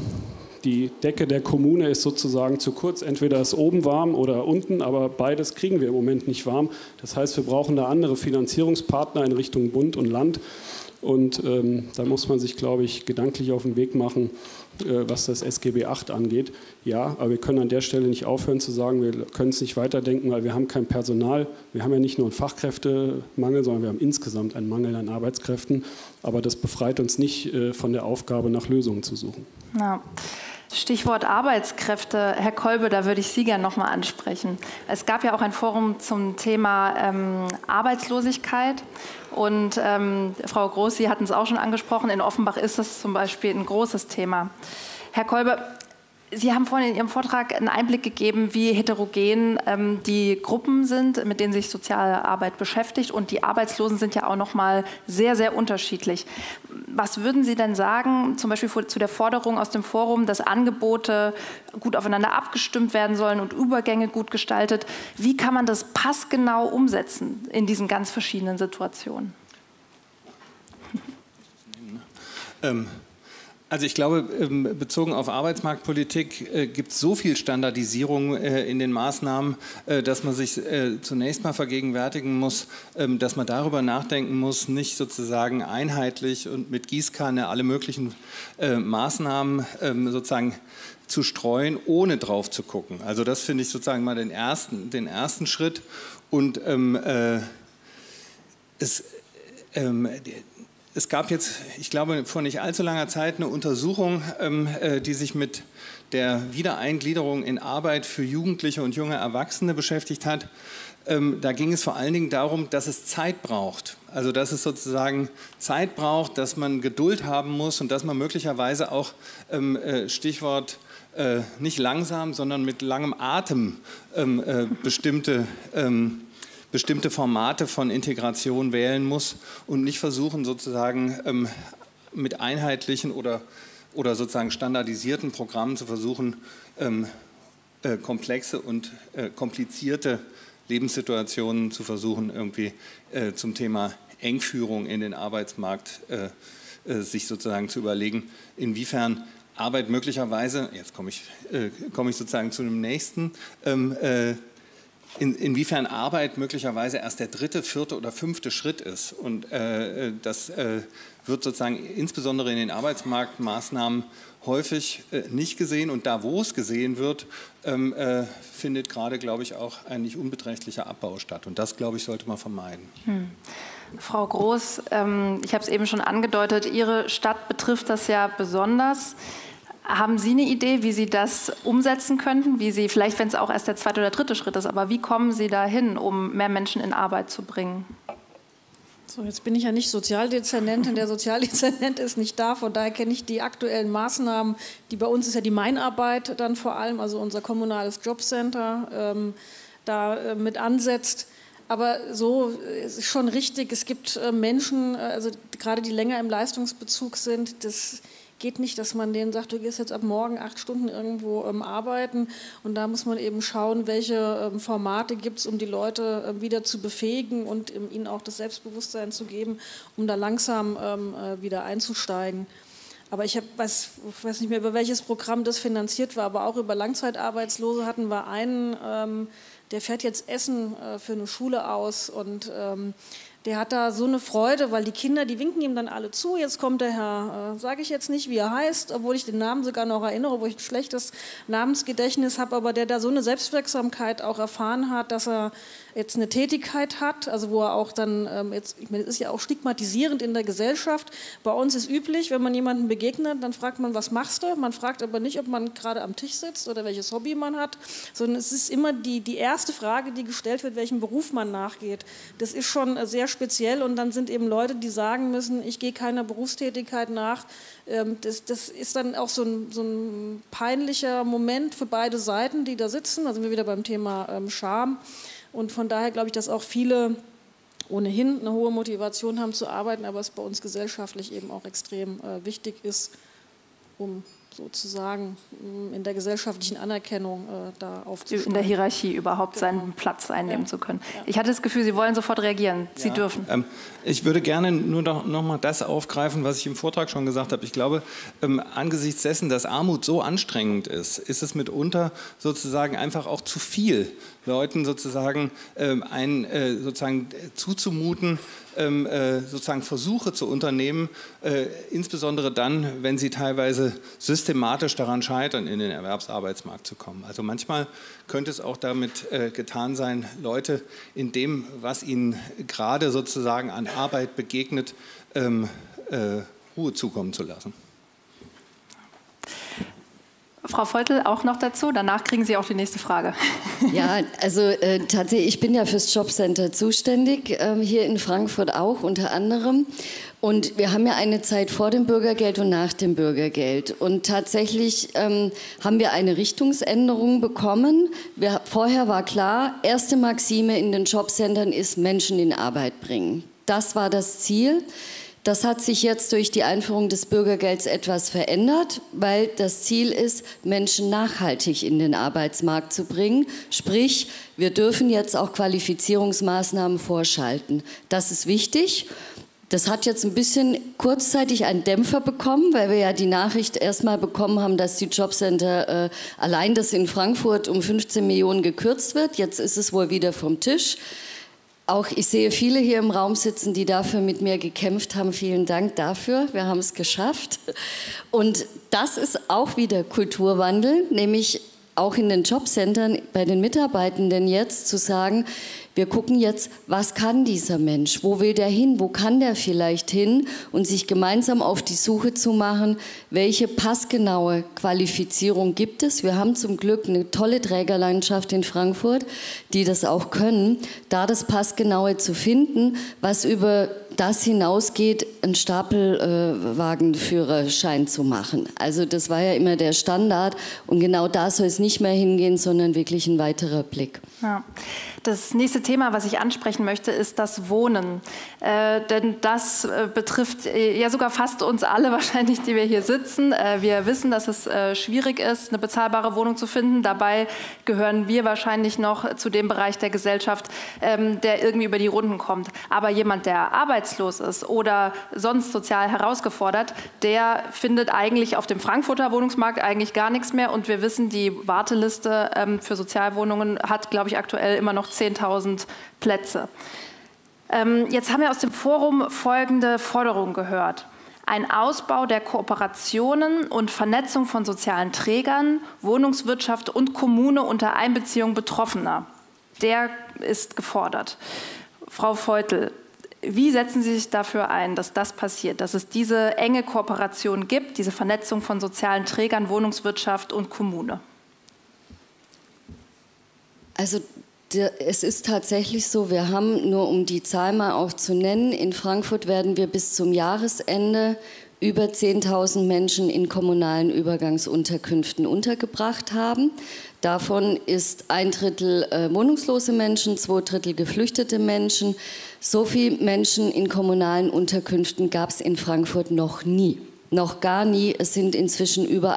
die Decke der Kommune ist sozusagen zu kurz. Entweder ist oben warm oder unten, aber beides kriegen wir im Moment nicht warm. Das heißt, wir brauchen da andere Finanzierungspartner in Richtung Bund und Land. Und da muss man sich, glaube ich, gedanklich auf den Weg machen, was das SGB VIII angeht. Ja, aber wir können an der Stelle nicht aufhören zu sagen, wir können es nicht weiterdenken, weil wir haben kein Personal. Wir haben ja nicht nur einen Fachkräftemangel, sondern wir haben insgesamt einen Mangel an Arbeitskräften. Aber das befreit uns nicht von der Aufgabe, nach Lösungen zu suchen. Ja. Stichwort Arbeitskräfte. Herr Kolbe, da würde ich Sie gerne noch mal ansprechen. Es gab ja auch ein Forum zum Thema Arbeitslosigkeit. Und Frau Groß, Sie hatten es auch schon angesprochen, in Offenbach ist das zum Beispiel ein großes Thema. Herr Kolbe, Sie haben vorhin in Ihrem Vortrag einen Einblick gegeben, wie heterogen die Gruppen sind, mit denen sich soziale Arbeit beschäftigt. Und die Arbeitslosen sind ja auch noch mal sehr, sehr unterschiedlich. Was würden Sie denn sagen, zum Beispiel zu der Forderung aus dem Forum, dass Angebote gut aufeinander abgestimmt werden sollen und Übergänge gut gestaltet? Wie kann man das passgenau umsetzen in diesen ganz verschiedenen Situationen? Also ich glaube, bezogen auf Arbeitsmarktpolitik gibt es so viel Standardisierung in den Maßnahmen, dass man sich zunächst mal vergegenwärtigen muss, dass man darüber nachdenken muss, nicht sozusagen einheitlich und mit Gießkanne alle möglichen Maßnahmen sozusagen zu streuen, ohne drauf zu gucken. Also das finde ich sozusagen mal den ersten Schritt. Und es gab jetzt, ich glaube, vor nicht allzu langer Zeit eine Untersuchung, die sich mit der Wiedereingliederung in Arbeit für Jugendliche und junge Erwachsene beschäftigt hat. Da ging es vor allen Dingen darum, dass es Zeit braucht. Also dass es sozusagen Zeit braucht, dass man Geduld haben muss und dass man möglicherweise auch, Stichwort, nicht langsam, sondern mit langem Atem bestimmte Formate von Integration wählen muss und nicht versuchen, sozusagen mit einheitlichen oder oder sozusagen standardisierten Programmen zu versuchen, komplexe und komplizierte Lebenssituationen zu versuchen, irgendwie zum Thema Engführung in den Arbeitsmarkt sich sozusagen zu überlegen, inwiefern Arbeit möglicherweise, jetzt komme ich sozusagen zu dem nächsten, inwiefern Arbeit möglicherweise erst der 3., 4. oder 5. Schritt ist. Und das wird sozusagen insbesondere in den Arbeitsmarktmaßnahmen häufig nicht gesehen. Und da, wo es gesehen wird, findet gerade, glaube ich, auch ein nicht unbeträchtlicher Abbau statt. Und das, glaube ich, sollte man vermeiden. Frau Groß, ich habe es eben schon angedeutet, Ihre Stadt betrifft das ja besonders. Haben Sie eine Idee, wie Sie das umsetzen könnten? Wie Sie, vielleicht wenn es auch erst der 2. oder 3. Schritt ist, aber wie kommen Sie dahin, um mehr Menschen in Arbeit zu bringen? So, jetzt bin ich ja nicht Sozialdezernentin, der Sozialdezernent ist nicht da, von daher kenne ich die aktuellen Maßnahmen, die bei uns ist ja die Meinarbeit dann vor allem, also unser kommunales Jobcenter, da mit ansetzt. Aber so ist schon richtig, es gibt Menschen, also gerade die länger im Leistungsbezug sind, das geht nicht, dass man denen sagt, du gehst jetzt ab morgen 8 Stunden irgendwo arbeiten, und da muss man eben schauen, welche Formate gibt es, um die Leute wieder zu befähigen und ihnen auch das Selbstbewusstsein zu geben, um da langsam wieder einzusteigen. Aber ich weiß nicht mehr, über welches Programm das finanziert war, aber auch über Langzeitarbeitslose hatten wir einen, der fährt jetzt Essen für eine Schule aus, und der hat da so eine Freude, weil die Kinder, die winken ihm dann alle zu. Jetzt kommt der Herr, sage ich jetzt nicht, wie er heißt, obwohl ich den Namen sogar noch erinnere, wo ich ein schlechtes Namensgedächtnis habe, aber der da so eine Selbstwirksamkeit auch erfahren hat, dass er jetzt eine Tätigkeit hat, also wo er auch dann, ich meine, es ist ja auch stigmatisierend in der Gesellschaft. Bei uns ist üblich, wenn man jemandem begegnet, dann fragt man, was machst du? Man fragt aber nicht, ob man gerade am Tisch sitzt oder welches Hobby man hat, sondern es ist immer die erste Frage, die gestellt wird, welchem Beruf man nachgeht. Das ist schon sehr speziell, und dann sind eben Leute, die sagen müssen, ich gehe keiner Berufstätigkeit nach. Das ist dann auch so ein peinlicher Moment für beide Seiten, die da sitzen. Da sind wir wieder beim Thema Scham. Und von daher glaube ich, dass auch viele ohnehin eine hohe Motivation haben zu arbeiten, aber es bei uns gesellschaftlich eben auch extrem wichtig ist, um sozusagen in der gesellschaftlichen Anerkennung da aufzusteigen. In der Hierarchie überhaupt seinen Platz einnehmen zu können. Ich hatte das Gefühl, Sie wollen sofort reagieren. Sie dürfen. Ich würde gerne nur noch mal das aufgreifen, was ich im Vortrag schon gesagt habe. Ich glaube, angesichts dessen, dass Armut so anstrengend ist es mitunter sozusagen einfach auch zu viel, Leuten sozusagen sozusagen zuzumuten, sozusagen Versuche zu unternehmen, insbesondere dann, wenn sie teilweise systematisch daran scheitern, in den Erwerbsarbeitsmarkt zu kommen. Also manchmal könnte es auch damit getan sein, Leute in dem, was ihnen gerade sozusagen an Arbeit begegnet, Ruhe zukommen zu lassen. Frau Feutel auch noch dazu, danach kriegen Sie auch die nächste Frage. Ja, also tatsächlich, ich bin ja fürs Jobcenter zuständig, hier in Frankfurt auch unter anderem. Und wir haben ja eine Zeit vor dem Bürgergeld und nach dem Bürgergeld. Und tatsächlich haben wir eine Richtungsänderung bekommen. Vorher war klar, erste Maxime in den Jobcentern ist Menschen in Arbeit bringen. Das war das Ziel. Das hat sich jetzt durch die Einführung des Bürgergelds etwas verändert, weil das Ziel ist, Menschen nachhaltig in den Arbeitsmarkt zu bringen. Sprich, wir dürfen jetzt auch Qualifizierungsmaßnahmen vorschalten. Das ist wichtig. Das hat jetzt ein bisschen kurzzeitig einen Dämpfer bekommen, weil wir ja die Nachricht erstmal bekommen haben, dass die Jobcenter allein das in Frankfurt um 15 Millionen gekürzt wird. Jetzt ist es wohl wieder vom Tisch. Auch ich sehe viele hier im Raum sitzen, die dafür mit mir gekämpft haben. Vielen Dank dafür. Wir haben es geschafft. Und das ist auch wieder Kulturwandel, nämlich auch in den Jobcentern bei den Mitarbeitenden jetzt zu sagen, wir gucken jetzt, was kann dieser Mensch, wo will der hin, wo kann der vielleicht hin, und sich gemeinsam auf die Suche zu machen, welche passgenaue Qualifizierung gibt es. Wir haben zum Glück eine tolle Trägerlandschaft in Frankfurt, die das auch können, da das Passgenaue zu finden, was über das hinausgeht, einen Stapelwagenführerschein zu machen. Also das war ja immer der Standard und genau da soll es nicht mehr hingehen, sondern wirklich ein weiterer Blick. Ja. Das nächste Thema, was ich ansprechen möchte, ist das Wohnen. Denn das betrifft ja sogar fast uns alle wahrscheinlich, die wir hier sitzen. Wir wissen, dass es schwierig ist, eine bezahlbare Wohnung zu finden. Dabei gehören wir wahrscheinlich noch zu dem Bereich der Gesellschaft, der irgendwie über die Runden kommt. Aber jemand, der arbeitslos ist oder sonst sozial herausgefordert, der findet eigentlich auf dem Frankfurter Wohnungsmarkt eigentlich gar nichts mehr. Und wir wissen, die Warteliste für Sozialwohnungen hat, glaube ich, aktuell immer noch 10.000 Plätze. Jetzt haben wir aus dem Forum folgende Forderung gehört. Ein Ausbau der Kooperationen und Vernetzung von sozialen Trägern, Wohnungswirtschaft und Kommune unter Einbeziehung Betroffener. Der ist gefordert. Frau Feutel, wie setzen Sie sich dafür ein, dass das passiert, dass es diese enge Kooperation gibt, diese Vernetzung von sozialen Trägern, Wohnungswirtschaft und Kommune? Also es ist tatsächlich so, wir haben, nur um die Zahl mal auch zu nennen, in Frankfurt werden wir bis zum Jahresende über 10.000 Menschen in kommunalen Übergangsunterkünften untergebracht haben. Davon ist 1/3 wohnungslose Menschen, 2/3 geflüchtete Menschen. So viele Menschen in kommunalen Unterkünften gab es in Frankfurt noch nie. Noch gar nie. Es sind inzwischen über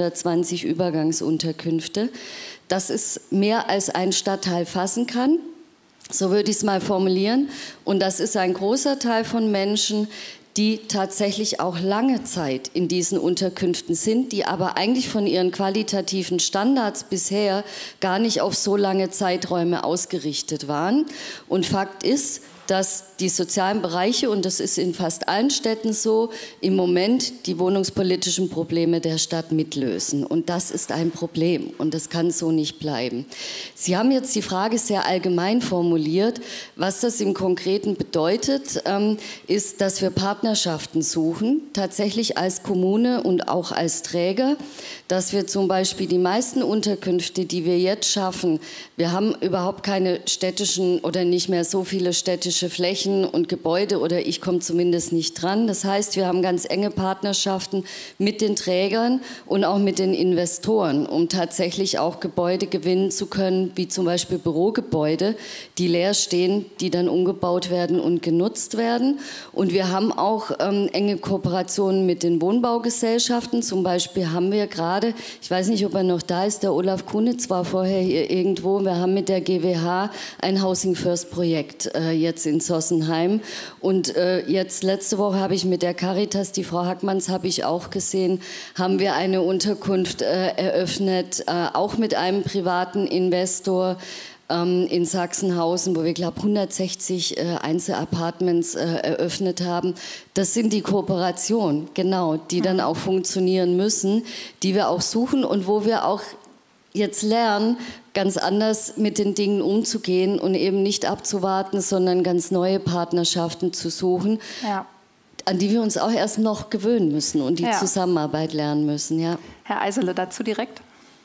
120 Übergangsunterkünfte. Das ist mehr, als ein Stadtteil fassen kann. So würde ich es mal formulieren. Und das ist ein großer Teil von Menschen, die tatsächlich auch lange Zeit in diesen Unterkünften sind, die aber eigentlich von ihren qualitativen Standards bisher gar nicht auf so lange Zeiträume ausgerichtet waren. Und Fakt ist, dass die sozialen Bereiche, und das ist in fast allen Städten so, im Moment die wohnungspolitischen Probleme der Stadt mitlösen. Und das ist ein Problem und das kann so nicht bleiben. Sie haben jetzt die Frage sehr allgemein formuliert. Was das im Konkreten bedeutet, ist, dass wir Partnerschaften suchen, tatsächlich als Kommune und auch als Träger, dass wir zum Beispiel die meisten Unterkünfte, die wir jetzt schaffen, wir haben überhaupt keine städtischen oder nicht mehr so viele städtische Flächen und Gebäude, oder ich komme zumindest nicht dran. Das heißt, wir haben ganz enge Partnerschaften mit den Trägern und auch mit den Investoren, um tatsächlich auch Gebäude gewinnen zu können, wie zum Beispiel Bürogebäude, die leer stehen, die dann umgebaut werden und genutzt werden. Und wir haben auch enge Kooperationen mit den Wohnbaugesellschaften. Zum Beispiel haben wir gerade, ich weiß nicht, ob er noch da ist, der Olaf Kunitz war vorher hier irgendwo, wir haben mit der GWH ein Housing First Projekt jetzt in Sossenheim. Und jetzt letzte Woche habe ich mit der Caritas, die Frau Hackmanns habe ich auch gesehen, haben wir eine Unterkunft eröffnet, auch mit einem privaten Investor in Sachsenhausen, wo wir, glaube ich, 160 Einzelapartments eröffnet haben. Das sind die Kooperationen, genau, die dann auch funktionieren müssen, die wir auch suchen und wo wir auch jetzt lernen, ganz anders mit den Dingen umzugehen und eben nicht abzuwarten, sondern ganz neue Partnerschaften zu suchen, ja, an die wir uns auch erst noch gewöhnen müssen und die Zusammenarbeit lernen müssen. Ja. Herr Eisele, dazu direkt?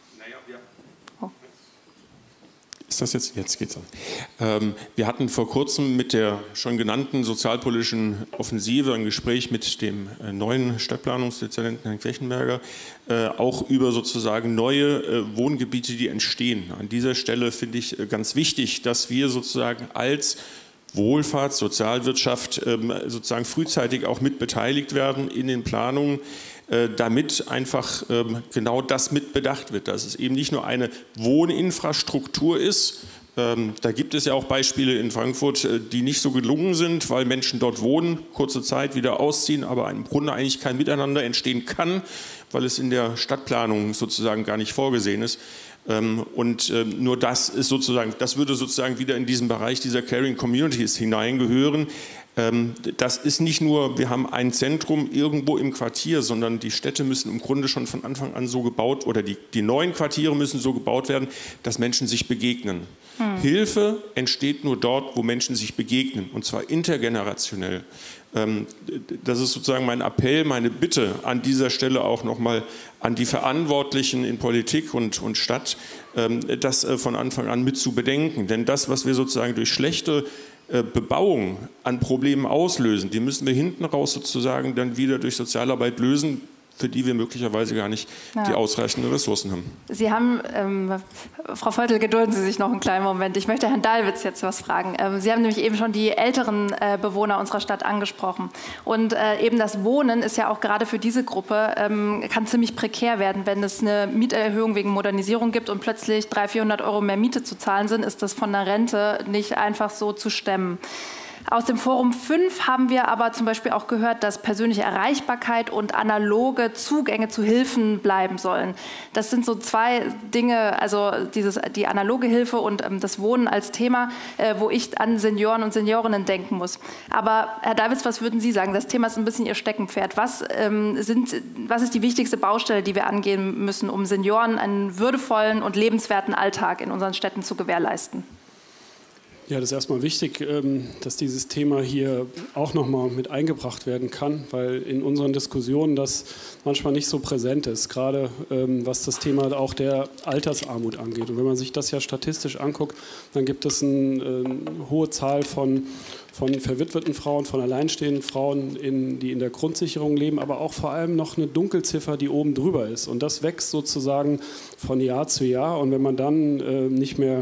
Ist das jetzt? Jetzt geht's an. Wir hatten vor kurzem mit der schon genannten sozialpolitischen Offensive ein Gespräch mit dem neuen Stadtplanungsdezernenten Herrn Quechenberger, auch über sozusagen neue Wohngebiete, die entstehen. An dieser Stelle finde ich ganz wichtig, dass wir sozusagen als Wohlfahrts-, Sozialwirtschaft sozusagen frühzeitig auch mit beteiligt werden in den Planungen, damit einfach genau das mit bedacht wird, dass es eben nicht nur eine Wohninfrastruktur ist. Da gibt es ja auch Beispiele in Frankfurt, die nicht so gelungen sind, weil Menschen dort wohnen, kurze Zeit wieder ausziehen, aber im Grunde eigentlich kein Miteinander entstehen kann, weil es in der Stadtplanung sozusagen gar nicht vorgesehen ist. Und nur das ist sozusagen, das würde sozusagen wieder in diesen Bereich dieser Caring Communities hineingehören. Das ist nicht nur, wir haben ein Zentrum irgendwo im Quartier, sondern die Städte müssen im Grunde schon von Anfang an so gebaut, oder die neuen Quartiere müssen so gebaut werden, dass Menschen sich begegnen. Hilfe entsteht nur dort, wo Menschen sich begegnen, und zwar intergenerationell. Das ist sozusagen mein Appell, meine Bitte an dieser Stelle auch nochmal an die Verantwortlichen in Politik und Stadt, das von Anfang an mit zu bedenken. Denn das, was wir sozusagen durch schlechte Bebauung an Problemen auslösen, die müssen wir hinten raus sozusagen dann wieder durch Sozialarbeit lösen, für die wir möglicherweise gar nicht die ausreichenden Ressourcen haben. Sie haben, Frau Feutel, gedulden Sie sich noch einen kleinen Moment. Ich möchte Herrn Dallwitz jetzt was fragen. Sie haben nämlich eben schon die älteren Bewohner unserer Stadt angesprochen. Und eben das Wohnen ist ja auch gerade für diese Gruppe, kann ziemlich prekär werden. Wenn es eine Mieterhöhung wegen Modernisierung gibt und plötzlich 300-400 Euro mehr Miete zu zahlen sind, ist das von der Rente nicht einfach so zu stemmen. Aus dem Forum 5 haben wir aber zum Beispiel auch gehört, dass persönliche Erreichbarkeit und analoge Zugänge zu Hilfen bleiben sollen. Das sind so zwei Dinge, also die analoge Hilfe und das Wohnen als Thema, wo ich an Senioren und Seniorinnen denken muss. Aber Herr Dallwitz, was würden Sie sagen? Das Thema ist ein bisschen Ihr Steckenpferd. Was ist die wichtigste Baustelle, die wir angehen müssen, um Senioren einen würdevollen und lebenswerten Alltag in unseren Städten zu gewährleisten? Ja, das ist erstmal wichtig, dass dieses Thema hier auch nochmal mit eingebracht werden kann, weil in unseren Diskussionen das manchmal nicht so präsent ist, gerade was das Thema auch der Altersarmut angeht. Und wenn man sich das ja statistisch anguckt, dann gibt es eine hohe Zahl von verwitweten Frauen, von alleinstehenden Frauen, die in der Grundsicherung leben, aber auch vor allem noch eine Dunkelziffer, die oben drüber ist. Und das wächst sozusagen von Jahr zu Jahr. Und wenn man dann nicht mehr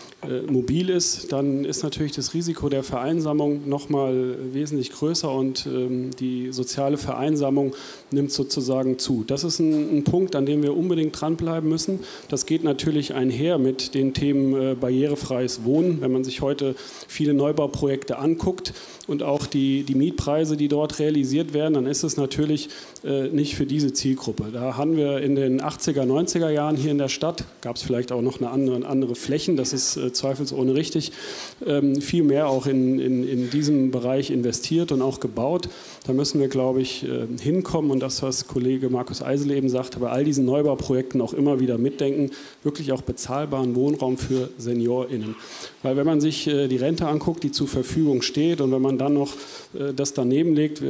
mobil ist, dann ist natürlich das Risiko der Vereinsamung noch mal wesentlich größer und die soziale Vereinsamung nimmt sozusagen zu. Das ist ein Punkt, an dem wir unbedingt dranbleiben müssen. Das geht natürlich einher mit den Themen barrierefreies Wohnen. Wenn man sich heute viele Neubauprojekte anguckt und auch die Mietpreise, die dort realisiert werden, dann ist es natürlich nicht für diese Zielgruppe. Da haben wir in den 80er, 90er Jahren hier in der Stadt, gab es vielleicht auch noch andere Flächen, das ist zweifelsohne richtig, viel mehr auch in diesem Bereich investiert und auch gebaut. Da müssen wir, glaube ich, hinkommen und das, was Kollege Markus Eisel eben sagte, bei all diesen Neubauprojekten auch immer wieder mitdenken, wirklich auch bezahlbaren Wohnraum für SeniorInnen. Weil wenn man sich die Rente anguckt, die zur Verfügung steht und wenn man dann noch das daneben legt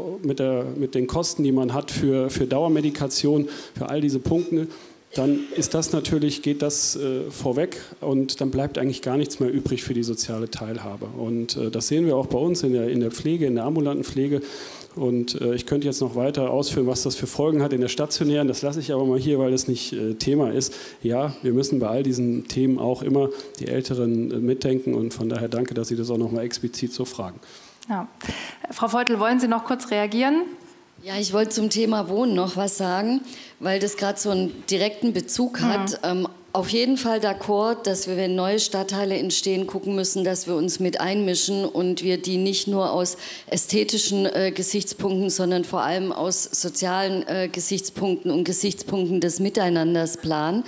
mit den Kosten, die man hat für Dauermedikation, für all diese Punkte, dann ist das natürlich, geht das vorweg und dann bleibt eigentlich gar nichts mehr übrig für die soziale Teilhabe. Und das sehen wir auch bei uns in der Pflege, in der ambulanten Pflege. Und ich könnte jetzt noch weiter ausführen, was das für Folgen hat in der stationären. Das lasse ich aber mal hier, weil das nicht Thema ist. Ja, wir müssen bei all diesen Themen auch immer die Älteren mitdenken und von daher danke, dass Sie das auch noch mal explizit so fragen. Ja. Frau Feutel, wollen Sie noch kurz reagieren? Ja, ich wollte zum Thema Wohnen noch was sagen, weil das gerade so einen direkten Bezug hat. Auf jeden Fall d'accord, dass wir, wenn neue Stadtteile entstehen, gucken müssen, dass wir uns mit einmischen und wir die nicht nur aus ästhetischen Gesichtspunkten, sondern vor allem aus sozialen Gesichtspunkten und Gesichtspunkten des Miteinanders planen.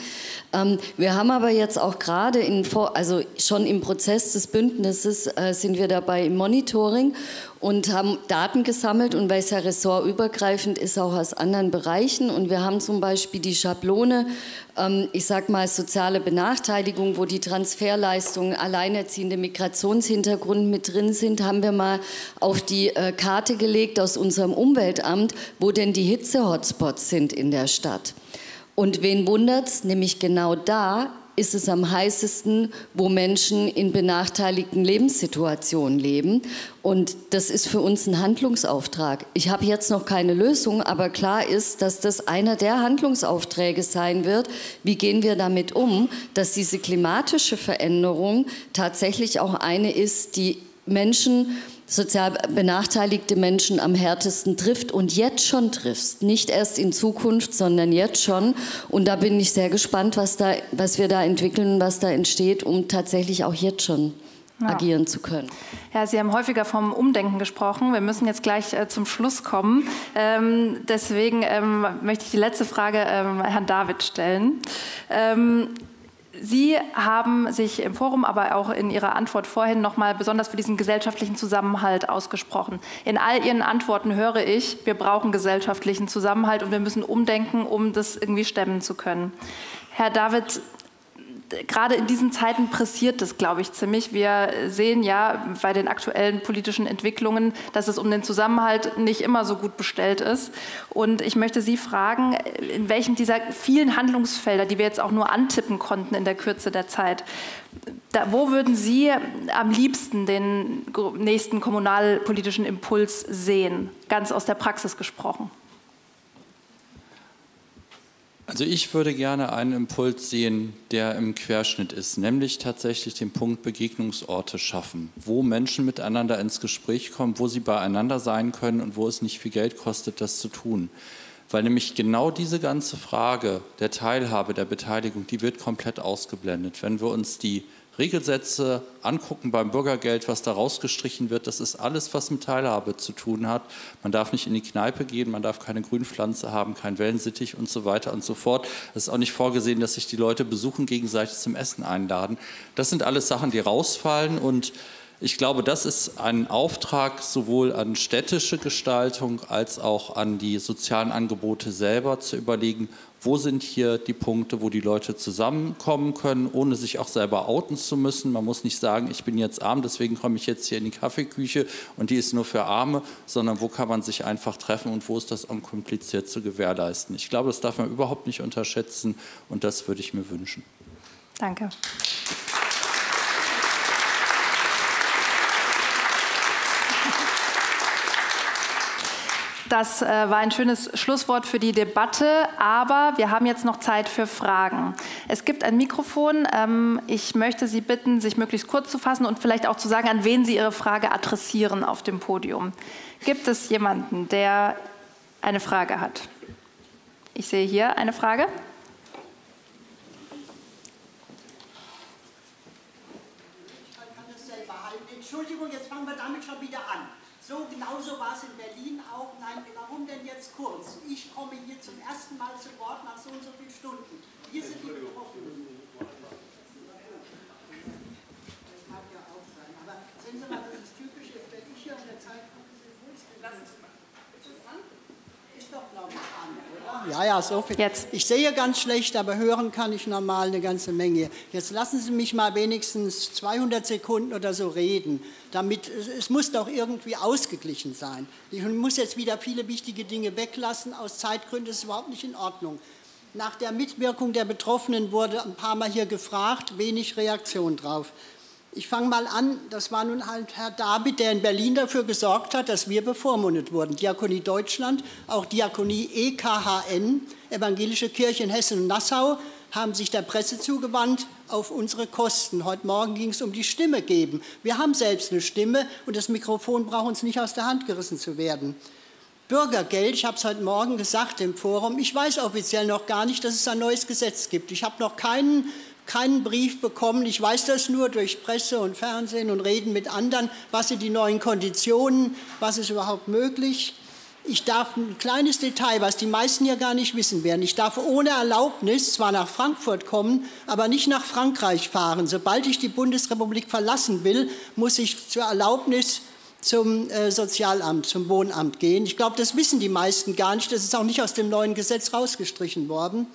Wir haben aber jetzt auch gerade, also schon im Prozess des Bündnisses, sind wir dabei im Monitoring und haben Daten gesammelt und weil es ja ressortübergreifend ist, auch aus anderen Bereichen. Und wir haben zum Beispiel die Schablone, ich sag mal soziale Benachteiligung, wo die Transferleistungen, alleinerziehende Migrationshintergrund mit drin sind, haben wir mal auf die Karte gelegt aus unserem Umweltamt, wo denn die Hitze-Hotspots sind in der Stadt. Und wen wundert's? Nämlich genau da ist es am heißesten, wo Menschen in benachteiligten Lebenssituationen leben. Und das ist für uns ein Handlungsauftrag. Ich habe jetzt noch keine Lösung, aber klar ist, dass das einer der Handlungsaufträge sein wird. Wie gehen wir damit um, dass diese klimatische Veränderung tatsächlich auch eine ist, die Menschen, sozial benachteiligte Menschen am härtesten trifft und jetzt schon trifft. Nicht erst in Zukunft, sondern jetzt schon. Und da bin ich sehr gespannt, was wir da entwickeln, was da entsteht, um tatsächlich auch jetzt schon agieren zu können. Ja, Sie haben häufiger vom Umdenken gesprochen. Wir müssen jetzt gleich zum Schluss kommen. Deswegen möchte ich die letzte Frage Herrn David stellen. Sie haben sich im Forum, aber auch in Ihrer Antwort vorhin noch mal besonders für diesen gesellschaftlichen Zusammenhalt ausgesprochen. In all Ihren Antworten höre ich, wir brauchen gesellschaftlichen Zusammenhalt und wir müssen umdenken, um das irgendwie stemmen zu können. Herr David, gerade in diesen Zeiten pressiert das, glaube ich, ziemlich. Wir sehen ja bei den aktuellen politischen Entwicklungen, dass es um den Zusammenhalt nicht immer so gut bestellt ist. Und ich möchte Sie fragen, in welchem dieser vielen Handlungsfelder, die wir jetzt auch nur antippen konnten in der Kürze der Zeit, wo würden Sie am liebsten den nächsten kommunalpolitischen Impuls sehen, ganz aus der Praxis gesprochen? Also ich würde gerne einen Impuls sehen, der im Querschnitt ist, nämlich tatsächlich den Punkt Begegnungsorte schaffen, wo Menschen miteinander ins Gespräch kommen, wo sie beieinander sein können und wo es nicht viel Geld kostet, das zu tun. Weil nämlich genau diese ganze Frage der Teilhabe, der Beteiligung, die wird komplett ausgeblendet. Wenn wir uns die Regelsätze angucken beim Bürgergeld, was da rausgestrichen wird, das ist alles, was mit Teilhabe zu tun hat. Man darf nicht in die Kneipe gehen, man darf keine Grünpflanze haben, kein Wellensittich und so weiter und so fort. Es ist auch nicht vorgesehen, dass sich die Leute besuchen, gegenseitig zum Essen einladen. Das sind alles Sachen, die rausfallen, und ich glaube, das ist ein Auftrag sowohl an städtische Gestaltung als auch an die sozialen Angebote selber, zu überlegen, wo sind hier die Punkte, wo die Leute zusammenkommen können, ohne sich auch selber outen zu müssen. Man muss nicht sagen, ich bin jetzt arm, deswegen komme ich jetzt hier in die Kaffeeküche und die ist nur für Arme, sondern wo kann man sich einfach treffen und wo ist das unkompliziert zu gewährleisten. Ich glaube, das darf man überhaupt nicht unterschätzen, und das würde ich mir wünschen. Danke. Das war ein schönes Schlusswort für die Debatte, aber wir haben jetzt noch Zeit für Fragen. Es gibt ein Mikrofon. Ich möchte Sie bitten, sich möglichst kurz zu fassen und vielleicht auch zu sagen, an wen Sie Ihre Frage adressieren auf dem Podium. Gibt es jemanden, der eine Frage hat? Ich sehe hier eine Frage. Ich kann das selber halten. Entschuldigung, jetzt fangen wir damit schon wieder an. So, genauso war es in Berlin auch. Nein, warum denn jetzt kurz? Ich komme hier zum ersten Mal zu Wort nach so und so vielen Stunden. Wir sind die Betroffenen. Das mag ja auch sein. Aber sehen Sie mal, das ist typisch, wenn ich hier an der Zeit komme, wo ist denn das? Ist das an? Ist doch, glaube ich, an, oder? Ja, so viel. Jetzt. Ich sehe ganz schlecht, aber hören kann ich normal eine ganze Menge. Jetzt lassen Sie mich mal wenigstens 200 Sekunden oder so reden. Damit, es muss doch irgendwie ausgeglichen sein. Ich muss jetzt wieder viele wichtige Dinge weglassen. Aus Zeitgründen ist es überhaupt nicht in Ordnung. Nach der Mitwirkung der Betroffenen wurde ein paar Mal hier gefragt, wenig Reaktion drauf. Ich fange mal an, das war nun halt Herr David, der in Berlin dafür gesorgt hat, dass wir bevormundet wurden. Diakonie Deutschland, auch Diakonie EKHN, Evangelische Kirche in Hessen und Nassau, haben sich der Presse zugewandt auf unsere Kosten. Heute Morgen ging es um die Stimme geben. Wir haben selbst eine Stimme und das Mikrofon braucht uns nicht aus der Hand gerissen zu werden. Bürgergeld, ich habe es heute Morgen gesagt im Forum, ich weiß offiziell noch gar nicht, dass es ein neues Gesetz gibt. Ich habe noch keinen Brief bekommen. Ich weiß das nur durch Presse und Fernsehen und Reden mit anderen. Was sind die neuen Konditionen? Was ist überhaupt möglich? Ich darf ein kleines Detail, was die meisten ja gar nicht wissen werden. Ich darf ohne Erlaubnis zwar nach Frankfurt kommen, aber nicht nach Frankreich fahren. Sobald ich die Bundesrepublik verlassen will, muss ich zur Erlaubnis zum Sozialamt, zum Wohnamt gehen. Ich glaube, das wissen die meisten gar nicht. Das ist auch nicht aus dem neuen Gesetz rausgestrichen worden.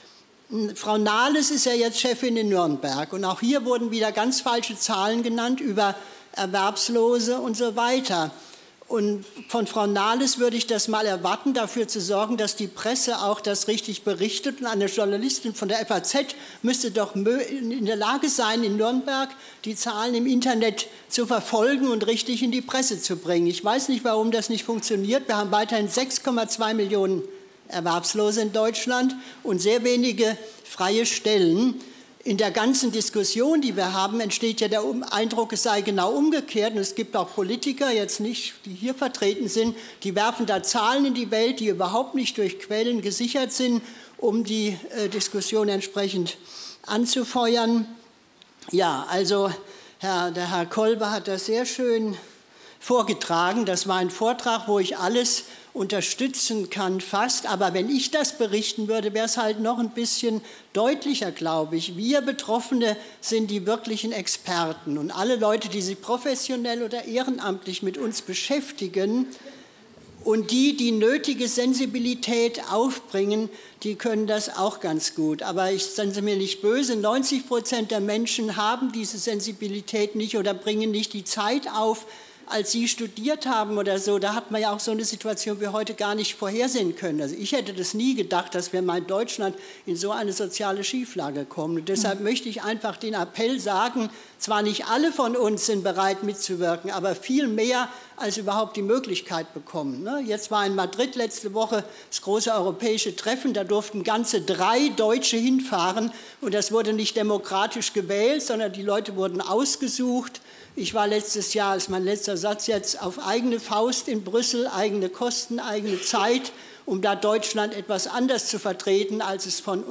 Frau Nahles ist ja jetzt Chefin in Nürnberg. Und auch hier wurden wieder ganz falsche Zahlen genannt über Erwerbslose und so weiter. Und von Frau Nahles würde ich das mal erwarten, dafür zu sorgen, dass die Presse auch das richtig berichtet. Und eine Journalistin von der FAZ müsste doch in der Lage sein, in Nürnberg die Zahlen im Internet zu verfolgen und richtig in die Presse zu bringen. Ich weiß nicht, warum das nicht funktioniert. Wir haben weiterhin 6,2 Millionen Erwerbslose in Deutschland und sehr wenige freie Stellen. In der ganzen Diskussion, die wir haben, entsteht ja der Eindruck, es sei genau umgekehrt. Und es gibt auch Politiker, jetzt nicht, die hier vertreten sind, die werfen da Zahlen in die Welt, die überhaupt nicht durch Quellen gesichert sind, um die Diskussion entsprechend anzufeuern. Ja, also der Herr Kolbe hat das sehr schön vorgetragen. Das war ein Vortrag, wo ich alles unterstützen kann fast, aber wenn ich das berichten würde, wäre es halt noch ein bisschen deutlicher, glaube ich. Wir Betroffene sind die wirklichen Experten und alle Leute, die sich professionell oder ehrenamtlich mit uns beschäftigen Und die nötige Sensibilität aufbringen, die können das auch ganz gut. Aber seien Sie mir nicht böse, 90% der Menschen haben diese Sensibilität nicht oder bringen nicht die Zeit auf, als Sie studiert haben oder so. Da hat man ja auch so eine Situation wie heute gar nicht vorhersehen können. Also ich hätte das nie gedacht, dass wir mal in Deutschland in so eine soziale Schieflage kommen. Und deshalb möchte ich einfach den Appell sagen, zwar nicht alle von uns sind bereit mitzuwirken, aber viel mehr, als überhaupt die Möglichkeit bekommen. Jetzt war in Madrid letzte Woche das große europäische Treffen, da durften ganze 3 Deutsche hinfahren und das wurde nicht demokratisch gewählt, sondern die Leute wurden ausgesucht. Ich war letztes Jahr, ist mein letzter Satz jetzt, auf eigene Faust in Brüssel, eigene Kosten, eigene Zeit, um da Deutschland etwas anders zu vertreten, als es von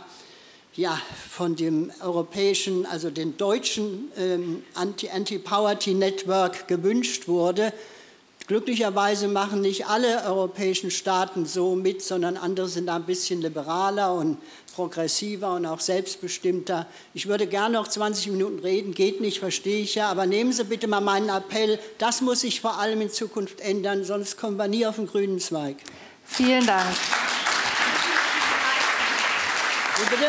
dem europäischen, also den deutschen Anti-Poverty Network gewünscht wurde. Glücklicherweise machen nicht alle europäischen Staaten so mit, sondern andere sind da ein bisschen liberaler und progressiver und auch selbstbestimmter. Ich würde gerne noch 20 Minuten reden, geht nicht, verstehe ich ja, aber nehmen Sie bitte mal meinen Appell, das muss sich vor allem in Zukunft ändern, sonst kommen wir nie auf den grünen Zweig. Vielen Dank. Wie bitte?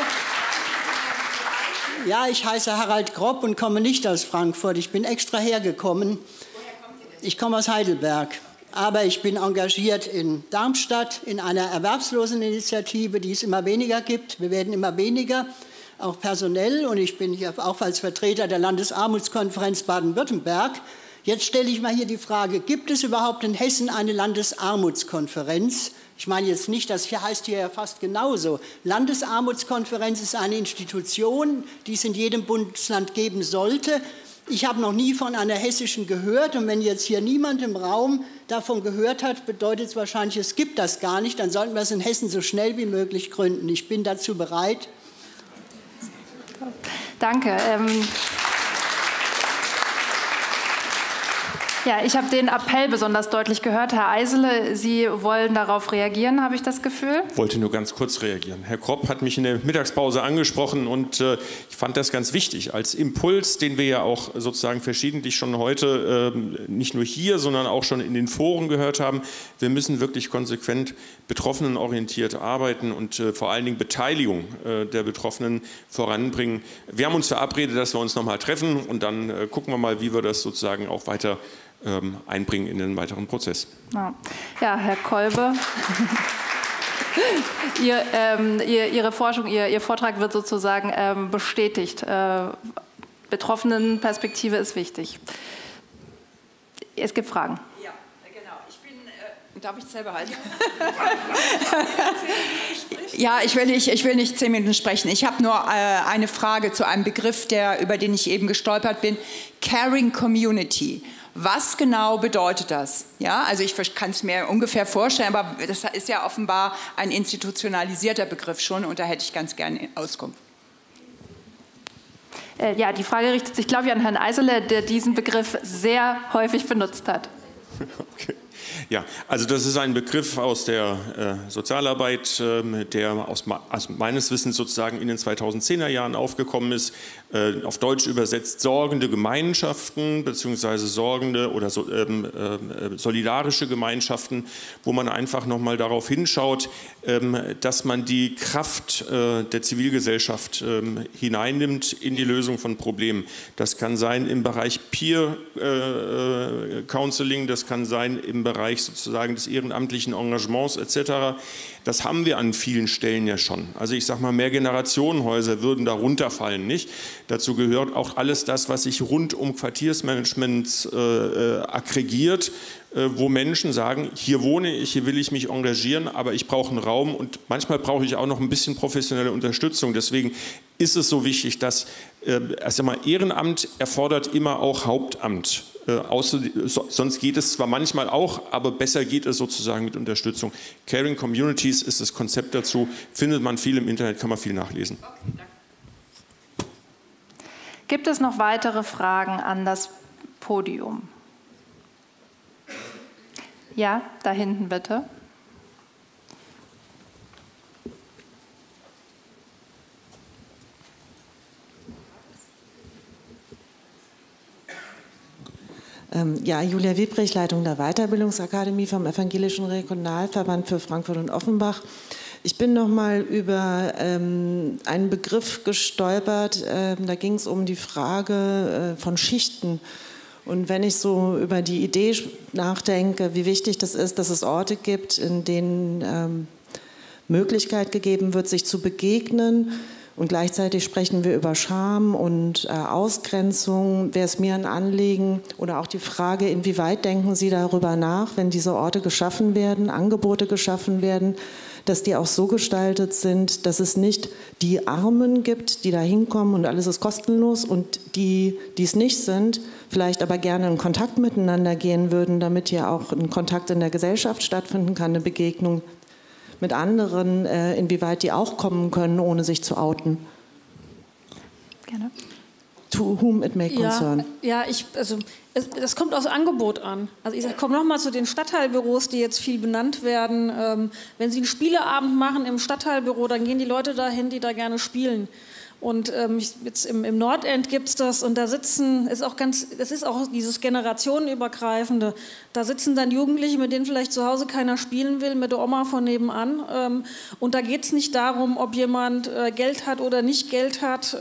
Ja, ich heiße Harald Gropp und komme nicht aus Frankfurt. Ich bin extra hergekommen. Ich komme aus Heidelberg, aber ich bin engagiert in Darmstadt in einer Erwerbsloseninitiative, die es immer weniger gibt. Wir werden immer weniger, auch personell. Und ich bin hier auch als Vertreter der Landesarmutskonferenz Baden-Württemberg. Jetzt stelle ich mal hier die Frage, gibt es überhaupt in Hessen eine Landesarmutskonferenz? Ich meine jetzt nicht, das hier heißt hier ja fast genauso. Landesarmutskonferenz ist eine Institution, die es in jedem Bundesland geben sollte. Ich habe noch nie von einer hessischen gehört und wenn jetzt hier niemand im Raum davon gehört hat, bedeutet es wahrscheinlich, es gibt das gar nicht. Dann sollten wir es in Hessen so schnell wie möglich gründen. Ich bin dazu bereit. Danke. Ja, ich habe den Appell besonders deutlich gehört. Herr Eisele, Sie wollen darauf reagieren, habe ich das Gefühl? Ich wollte nur ganz kurz reagieren. Herr Gropp hat mich in der Mittagspause angesprochen und ich fand das ganz wichtig als Impuls, den wir ja auch sozusagen verschiedentlich schon heute nicht nur hier, sondern auch schon in den Foren gehört haben. Wir müssen wirklich konsequent betroffenenorientiert arbeiten und vor allen Dingen Beteiligung der Betroffenen voranbringen. Wir haben uns verabredet, dass wir uns noch mal treffen und dann gucken wir mal, wie wir das sozusagen auch weiter einbringen in den weiteren Prozess. Ja, Herr Kolbe, Ihre Forschung, Ihr Vortrag wird sozusagen bestätigt. Betroffenenperspektive ist wichtig. Es gibt Fragen. Ja, genau. Darf ich selber halten? Ja, ich will nicht 10 Minuten sprechen. Ich habe nur eine Frage zu einem Begriff, über den ich eben gestolpert bin. Caring Community. Was genau bedeutet das? Ja, also ich kann es mir ungefähr vorstellen, aber das ist ja offenbar ein institutionalisierter Begriff schon und da hätte ich ganz gerne Auskunft. Ja, die Frage richtet sich, glaube ich, an Herrn Eisele, der diesen Begriff sehr häufig benutzt hat. Okay. Ja, also das ist ein Begriff aus der Sozialarbeit, der meines Wissens sozusagen in den 2010er Jahren aufgekommen ist, auf Deutsch übersetzt sorgende Gemeinschaften beziehungsweise sorgende oder solidarische Gemeinschaften, wo man einfach nochmal darauf hinschaut, dass man die Kraft der Zivilgesellschaft hineinnimmt in die Lösung von Problemen. Das kann sein im Bereich Peer Counseling, das kann sein im Bereich sozusagen des ehrenamtlichen Engagements etc. Das haben wir an vielen Stellen ja schon. Also ich sage mal, Mehrgenerationenhäuser würden da runterfallen, nicht? Dazu gehört auch alles das, was sich rund um Quartiersmanagement aggregiert, wo Menschen sagen, hier wohne ich, hier will ich mich engagieren, aber ich brauche einen Raum und manchmal brauche ich auch noch ein bisschen professionelle Unterstützung. Deswegen ist es so wichtig, dass Ehrenamt erfordert immer auch Hauptamt. Sonst geht es zwar manchmal auch, aber besser geht es sozusagen mit Unterstützung. Caring Communities ist das Konzept dazu, findet man viel im Internet, kann man viel nachlesen. Okay, danke. Gibt es noch weitere Fragen an das Podium? Ja, da hinten bitte. Ja, Julia Wiebrich, Leitung der Weiterbildungsakademie vom Evangelischen Regionalverband für Frankfurt und Offenbach. Ich bin noch mal über einen Begriff gestolpert, da ging es um die Frage von Schichten. Und wenn ich so über die Idee nachdenke, wie wichtig das ist, dass es Orte gibt, in denen Möglichkeit gegeben wird, sich zu begegnen, und gleichzeitig sprechen wir über Scham und Ausgrenzung, wäre es mir ein Anliegen, oder auch die Frage, inwieweit denken Sie darüber nach, wenn diese Orte geschaffen werden, Angebote geschaffen werden, dass die auch so gestaltet sind, dass es nicht die Armen gibt, die da hinkommen und alles ist kostenlos, und die, die es nicht sind, vielleicht aber gerne in Kontakt miteinander gehen würden, damit hier auch ein Kontakt in der Gesellschaft stattfinden kann, eine Begegnung mit anderen, inwieweit die auch kommen können, ohne sich zu outen. Gerne. To whom it may concern. Ja, das kommt aufs Angebot an. Also ich komme nochmal zu den Stadtteilbüros, die jetzt viel benannt werden. Wenn Sie einen Spieleabend machen im Stadtteilbüro, dann gehen die Leute dahin, die da gerne spielen. Und jetzt im Nordend gibt es das, und da sitzen, das ist auch dieses generationenübergreifende, da sitzen dann Jugendliche, mit denen vielleicht zu Hause keiner spielen will, mit der Oma von nebenan. Und da geht es nicht darum, ob jemand Geld hat oder nicht Geld hat.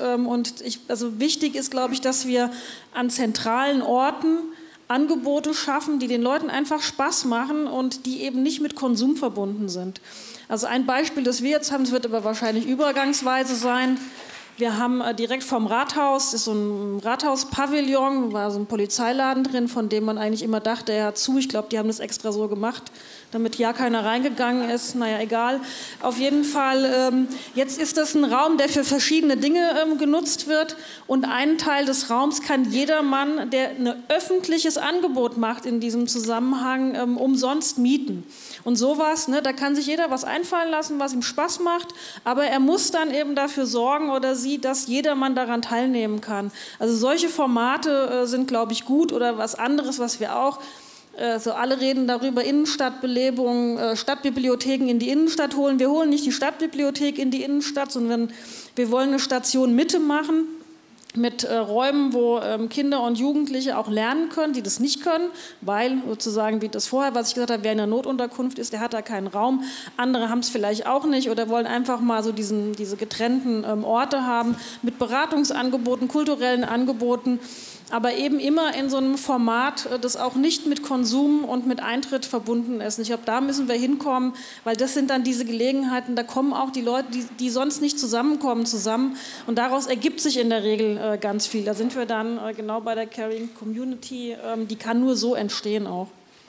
Also wichtig ist, glaube ich, dass wir an zentralen Orten Angebote schaffen, die den Leuten einfach Spaß machen und die eben nicht mit Konsum verbunden sind. Also ein Beispiel, das wir jetzt haben, das wird aber wahrscheinlich übergangsweise sein. Wir haben direkt vom Rathaus, ist so ein Rathauspavillon, war so ein Polizeiladen drin, von dem man eigentlich immer dachte, er hat zu. Ich glaube, die haben das extra so gemacht, damit ja keiner reingegangen ist. Naja, egal. Auf jeden Fall, jetzt ist das ein Raum, der für verschiedene Dinge genutzt wird. Und einen Teil des Raums kann jedermann, der ein öffentliches Angebot macht in diesem Zusammenhang, umsonst mieten. Und sowas, ne, da kann sich jeder was einfallen lassen, was ihm Spaß macht, aber er muss dann eben dafür sorgen oder sie, dass jedermann daran teilnehmen kann. Also solche Formate sind, glaube ich, gut, oder was anderes, was wir auch, so alle reden darüber, Innenstadtbelebung, Stadtbibliotheken in die Innenstadt holen. Wir holen nicht die Stadtbibliothek in die Innenstadt, sondern wir wollen eine Station Mitte machen, mit Räumen, wo Kinder und Jugendliche auch lernen können, die das nicht können, weil sozusagen, wie das vorher, was ich gesagt habe, wer in der Notunterkunft ist, der hat da keinen Raum. Andere haben es vielleicht auch nicht oder wollen einfach mal so diese getrennten Orte haben mit Beratungsangeboten, kulturellen Angeboten, aber eben immer in so einem Format, das auch nicht mit Konsum und mit Eintritt verbunden ist. Und ich glaube, da müssen wir hinkommen, weil das sind dann diese Gelegenheiten, da kommen auch die Leute, die sonst nicht zusammenkommen, zusammen, und daraus ergibt sich in der Regel ganz viel. Da sind wir dann genau bei der Caring Community, die kann nur so entstehen auch.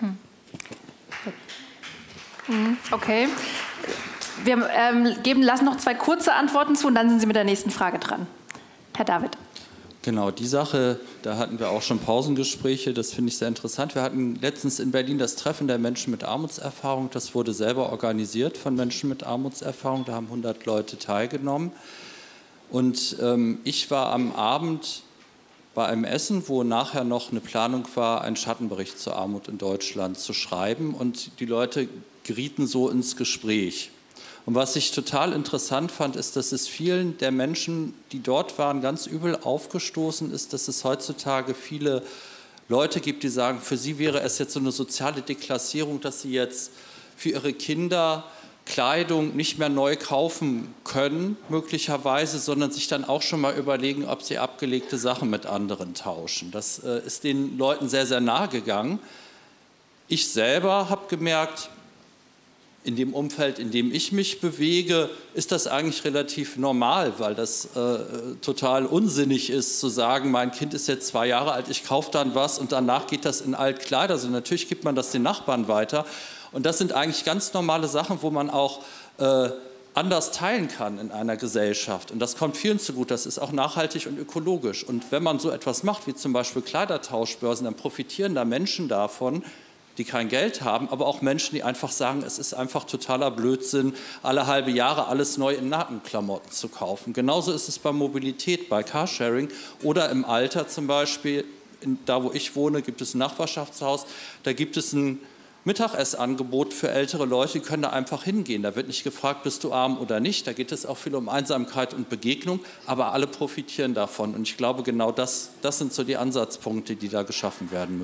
Okay. Wir lassen noch 2 kurze Antworten zu und dann sind Sie mit der nächsten Frage dran. Herr David. Genau, die Sache, da hatten wir auch schon Pausengespräche, das finde ich sehr interessant. Wir hatten letztens in Berlin das Treffen der Menschen mit Armutserfahrung, das wurde selber organisiert von Menschen mit Armutserfahrung, da haben 100 Leute teilgenommen. Und ich war am Abend bei einem Essen, wo nachher noch eine Planung war, einen Schattenbericht zur Armut in Deutschland zu schreiben, und die Leute gerieten so ins Gespräch. Und was ich total interessant fand, ist, dass es vielen der Menschen, die dort waren, ganz übel aufgestoßen ist, dass es heutzutage viele Leute gibt, die sagen, für sie wäre es jetzt so eine soziale Deklassierung, dass sie jetzt für ihre Kinder Kleidung nicht mehr neu kaufen können, möglicherweise, sondern sich dann auch schon mal überlegen, ob sie abgelegte Sachen mit anderen tauschen. Das ist den Leuten sehr, sehr nahe gegangen. Ich selber habe gemerkt, in dem Umfeld, in dem ich mich bewege, ist das eigentlich relativ normal, weil das total unsinnig ist, zu sagen, mein Kind ist jetzt 2 Jahre alt, ich kaufe dann was und danach geht das in Altkleider. Also natürlich gibt man das den Nachbarn weiter. Und das sind eigentlich ganz normale Sachen, wo man auch anders teilen kann in einer Gesellschaft. Und das kommt vielen zugute, das ist auch nachhaltig und ökologisch. Und wenn man so etwas macht, wie zum Beispiel Kleidertauschbörsen, dann profitieren da Menschen davon, die kein Geld haben, aber auch Menschen, die einfach sagen, es ist einfach totaler Blödsinn, alle halbe Jahre alles neu in Markenklamotten zu kaufen. Genauso ist es bei Mobilität, bei Carsharing oder im Alter zum Beispiel. Da, wo ich wohne, gibt es ein Nachbarschaftshaus, da gibt es ein Mittagessangebot für ältere Leute, die können da einfach hingehen. Da wird nicht gefragt, bist du arm oder nicht. Da geht es auch viel um Einsamkeit und Begegnung, aber alle profitieren davon. Und ich glaube, genau das sind so die Ansatzpunkte, die da geschaffen werden müssen.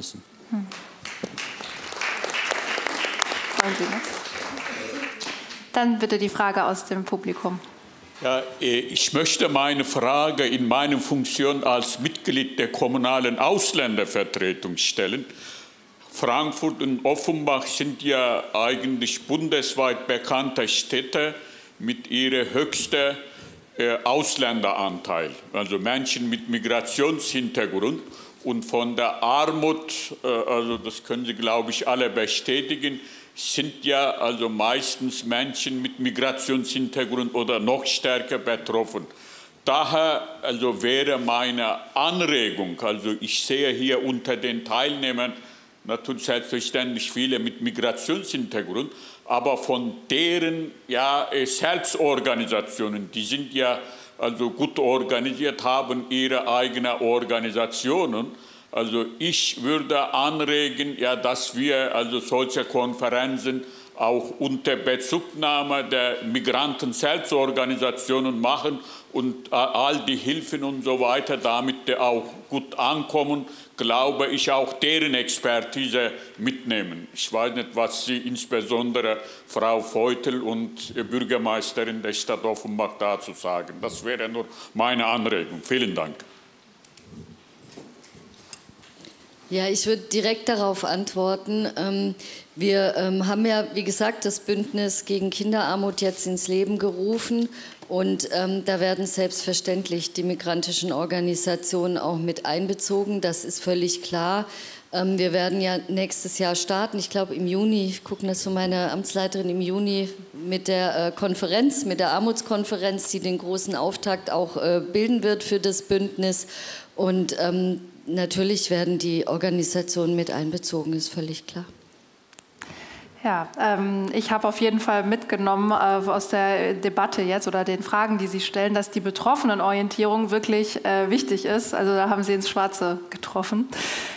Wollen Sie noch? Dann bitte die Frage aus dem Publikum. Ja, ich möchte meine Frage in meiner Funktion als Mitglied der kommunalen Ausländervertretung stellen. Frankfurt und Offenbach sind ja eigentlich bundesweit bekannte Städte mit ihrem höchsten Ausländeranteil, also Menschen mit Migrationshintergrund. Und von der Armut, also das können Sie, glaube ich, alle bestätigen, sind ja also meistens Menschen mit Migrationshintergrund oder noch stärker betroffen. Daher also wäre meine Anregung, also ich sehe hier unter den Teilnehmern natürlich selbstverständlich viele mit Migrationshintergrund, aber von deren Selbstorganisationen, die sind ja also gut organisiert, haben ihre eigenen Organisationen. Also ich würde anregen, ja, dass wir also solche Konferenzen auch unter Bezugnahme der Migranten-Selbstorganisationen machen und all die Hilfen und so weiter, damit die auch gut ankommen, glaube ich, auch deren Expertise mitnehmen. Ich weiß nicht, was Sie insbesondere Frau Feutel und Bürgermeisterin der Stadt Offenbach dazu sagen. Das wäre nur meine Anregung. Vielen Dank. Ja, ich würde direkt darauf antworten. Wir haben ja, wie gesagt, das Bündnis gegen Kinderarmut jetzt ins Leben gerufen und da werden selbstverständlich die migrantischen Organisationen auch mit einbezogen. Das ist völlig klar. Wir werden ja nächstes Jahr starten, ich glaube im Juni, ich gucke das von meiner Amtsleiterin, im Juni mit der Konferenz, mit der Armutskonferenz, die den großen Auftakt auch bilden wird für das Bündnis. Und natürlich werden die Organisationen mit einbezogen, ist völlig klar. Ja, ich habe auf jeden Fall mitgenommen aus der Debatte jetzt oder den Fragen, die Sie stellen, dass die Betroffenenorientierung wirklich wichtig ist. Also da haben Sie ins Schwarze getroffen.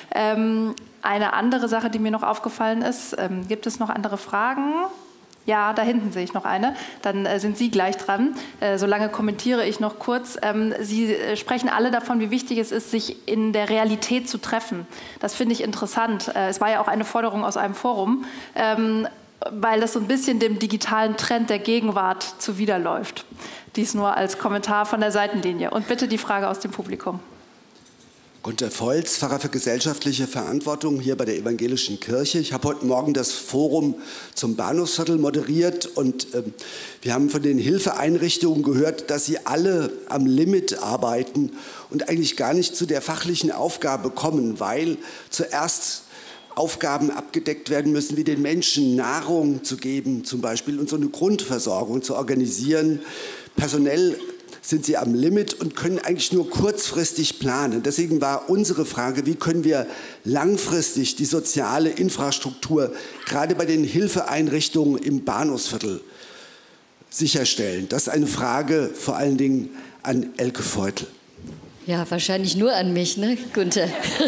Eine andere Sache, die mir noch aufgefallen ist, gibt es noch andere Fragen? Ja, da hinten sehe ich noch eine. Dann sind Sie gleich dran. Solange kommentiere ich noch kurz. Sie sprechen alle davon, wie wichtig es ist, sich in der Realität zu treffen. Das finde ich interessant. Es war ja auch eine Forderung aus einem Forum, weil das so ein bisschen dem digitalen Trend der Gegenwart zuwiderläuft. Dies nur als Kommentar von der Seitenlinie. Und bitte die Frage aus dem Publikum. Gunter Volz, Pfarrer für gesellschaftliche Verantwortung hier bei der Evangelischen Kirche. Ich habe heute Morgen das Forum zum Bahnhofsviertel moderiert und wir haben von den Hilfeeinrichtungen gehört, dass sie alle am Limit arbeiten und eigentlich gar nicht zu der fachlichen Aufgabe kommen, weil zuerst Aufgaben abgedeckt werden müssen, wie den Menschen Nahrung zu geben zum Beispiel und so eine Grundversorgung zu organisieren. Personell sind sie am Limit und können eigentlich nur kurzfristig planen. Deswegen war unsere Frage, wie können wir langfristig die soziale Infrastruktur gerade bei den Hilfeeinrichtungen im Bahnhofsviertel sicherstellen? Das ist eine Frage vor allen Dingen an Elke Feutel. Ja, wahrscheinlich nur an mich, ne, Gunther?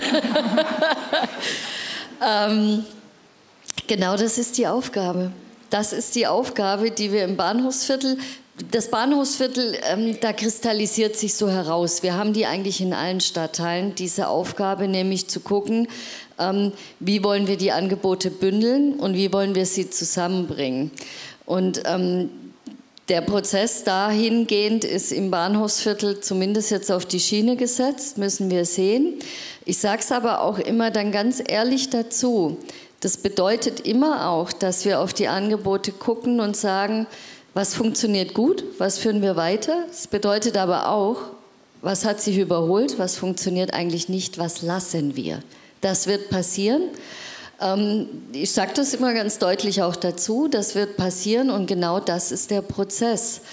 Genau, das ist die Aufgabe. Das ist die Aufgabe, die wir im Bahnhofsviertel. Das Bahnhofsviertel, da kristallisiert sich so heraus. Wir haben die eigentlich in allen Stadtteilen, diese Aufgabe, nämlich zu gucken, wie wollen wir die Angebote bündeln und wie wollen wir sie zusammenbringen. Und der Prozess dahingehend ist im Bahnhofsviertel zumindest jetzt auf die Schiene gesetzt, müssen wir sehen. Ich sage es aber auch immer dann ganz ehrlich dazu. Das bedeutet immer auch, dass wir auf die Angebote gucken und sagen, was funktioniert gut, was führen wir weiter. Das bedeutet aber auch, was hat sich überholt, was funktioniert eigentlich nicht, was lassen wir. Das wird passieren. Ich sage das immer ganz deutlich auch dazu, das wird passieren und genau das ist der Prozess.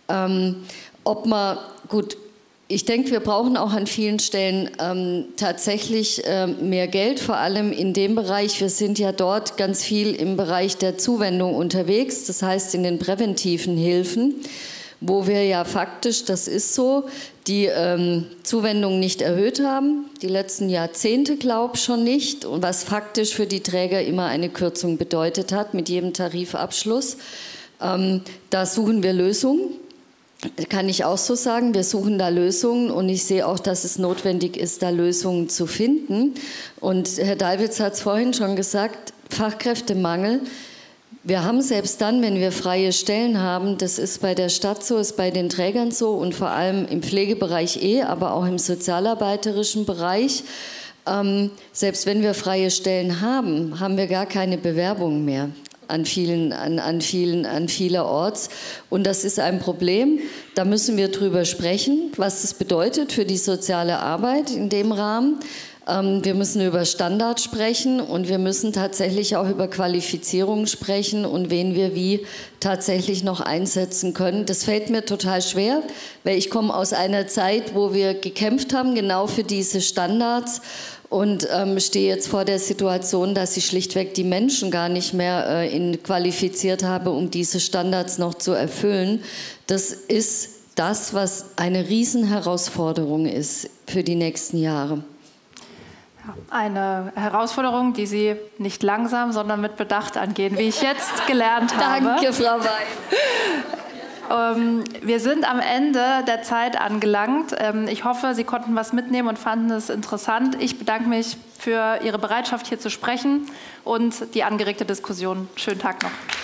Ich denke, wir brauchen auch an vielen Stellen tatsächlich mehr Geld, vor allem in dem Bereich. Wir sind ja dort ganz viel im Bereich der Zuwendung unterwegs, das heißt in den präventiven Hilfen, wo wir ja faktisch, das ist so, die Zuwendung nicht erhöht haben, die letzten Jahrzehnte, glaube ich, schon nicht, und was faktisch für die Träger immer eine Kürzung bedeutet hat mit jedem Tarifabschluss. Da suchen wir Lösungen. Kann ich auch so sagen. Wir suchen da Lösungen und ich sehe auch, dass es notwendig ist, da Lösungen zu finden. Und Herr Dalwitz hat es vorhin schon gesagt, Fachkräftemangel. Wir haben selbst dann, wenn wir freie Stellen haben, das ist bei der Stadt so, ist bei den Trägern so und vor allem im Pflegebereich aber auch im sozialarbeiterischen Bereich, selbst wenn wir freie Stellen haben, haben wir gar keine Bewerbungen mehr. Vielerorts. Und das ist ein Problem. Da müssen wir drüber sprechen, was das bedeutet für die soziale Arbeit in dem Rahmen. Wir müssen über Standards sprechen und wir müssen tatsächlich auch über Qualifizierung sprechen und wen wir wie tatsächlich noch einsetzen können. Das fällt mir total schwer, weil ich komme aus einer Zeit, wo wir gekämpft haben, genau für diese Standards. Und stehe jetzt vor der Situation, dass ich schlichtweg die Menschen gar nicht mehr qualifiziert habe, um diese Standards noch zu erfüllen. Das ist das, was eine Riesenherausforderung ist für die nächsten Jahre. Eine Herausforderung, die Sie nicht langsam, sondern mit Bedacht angehen, wie ich jetzt gelernt habe. Danke, Frau Weil. Wir sind am Ende der Zeit angelangt. Ich hoffe, Sie konnten was mitnehmen und fanden es interessant. Ich bedanke mich für Ihre Bereitschaft, hier zu sprechen und die angeregte Diskussion. Schönen Tag noch.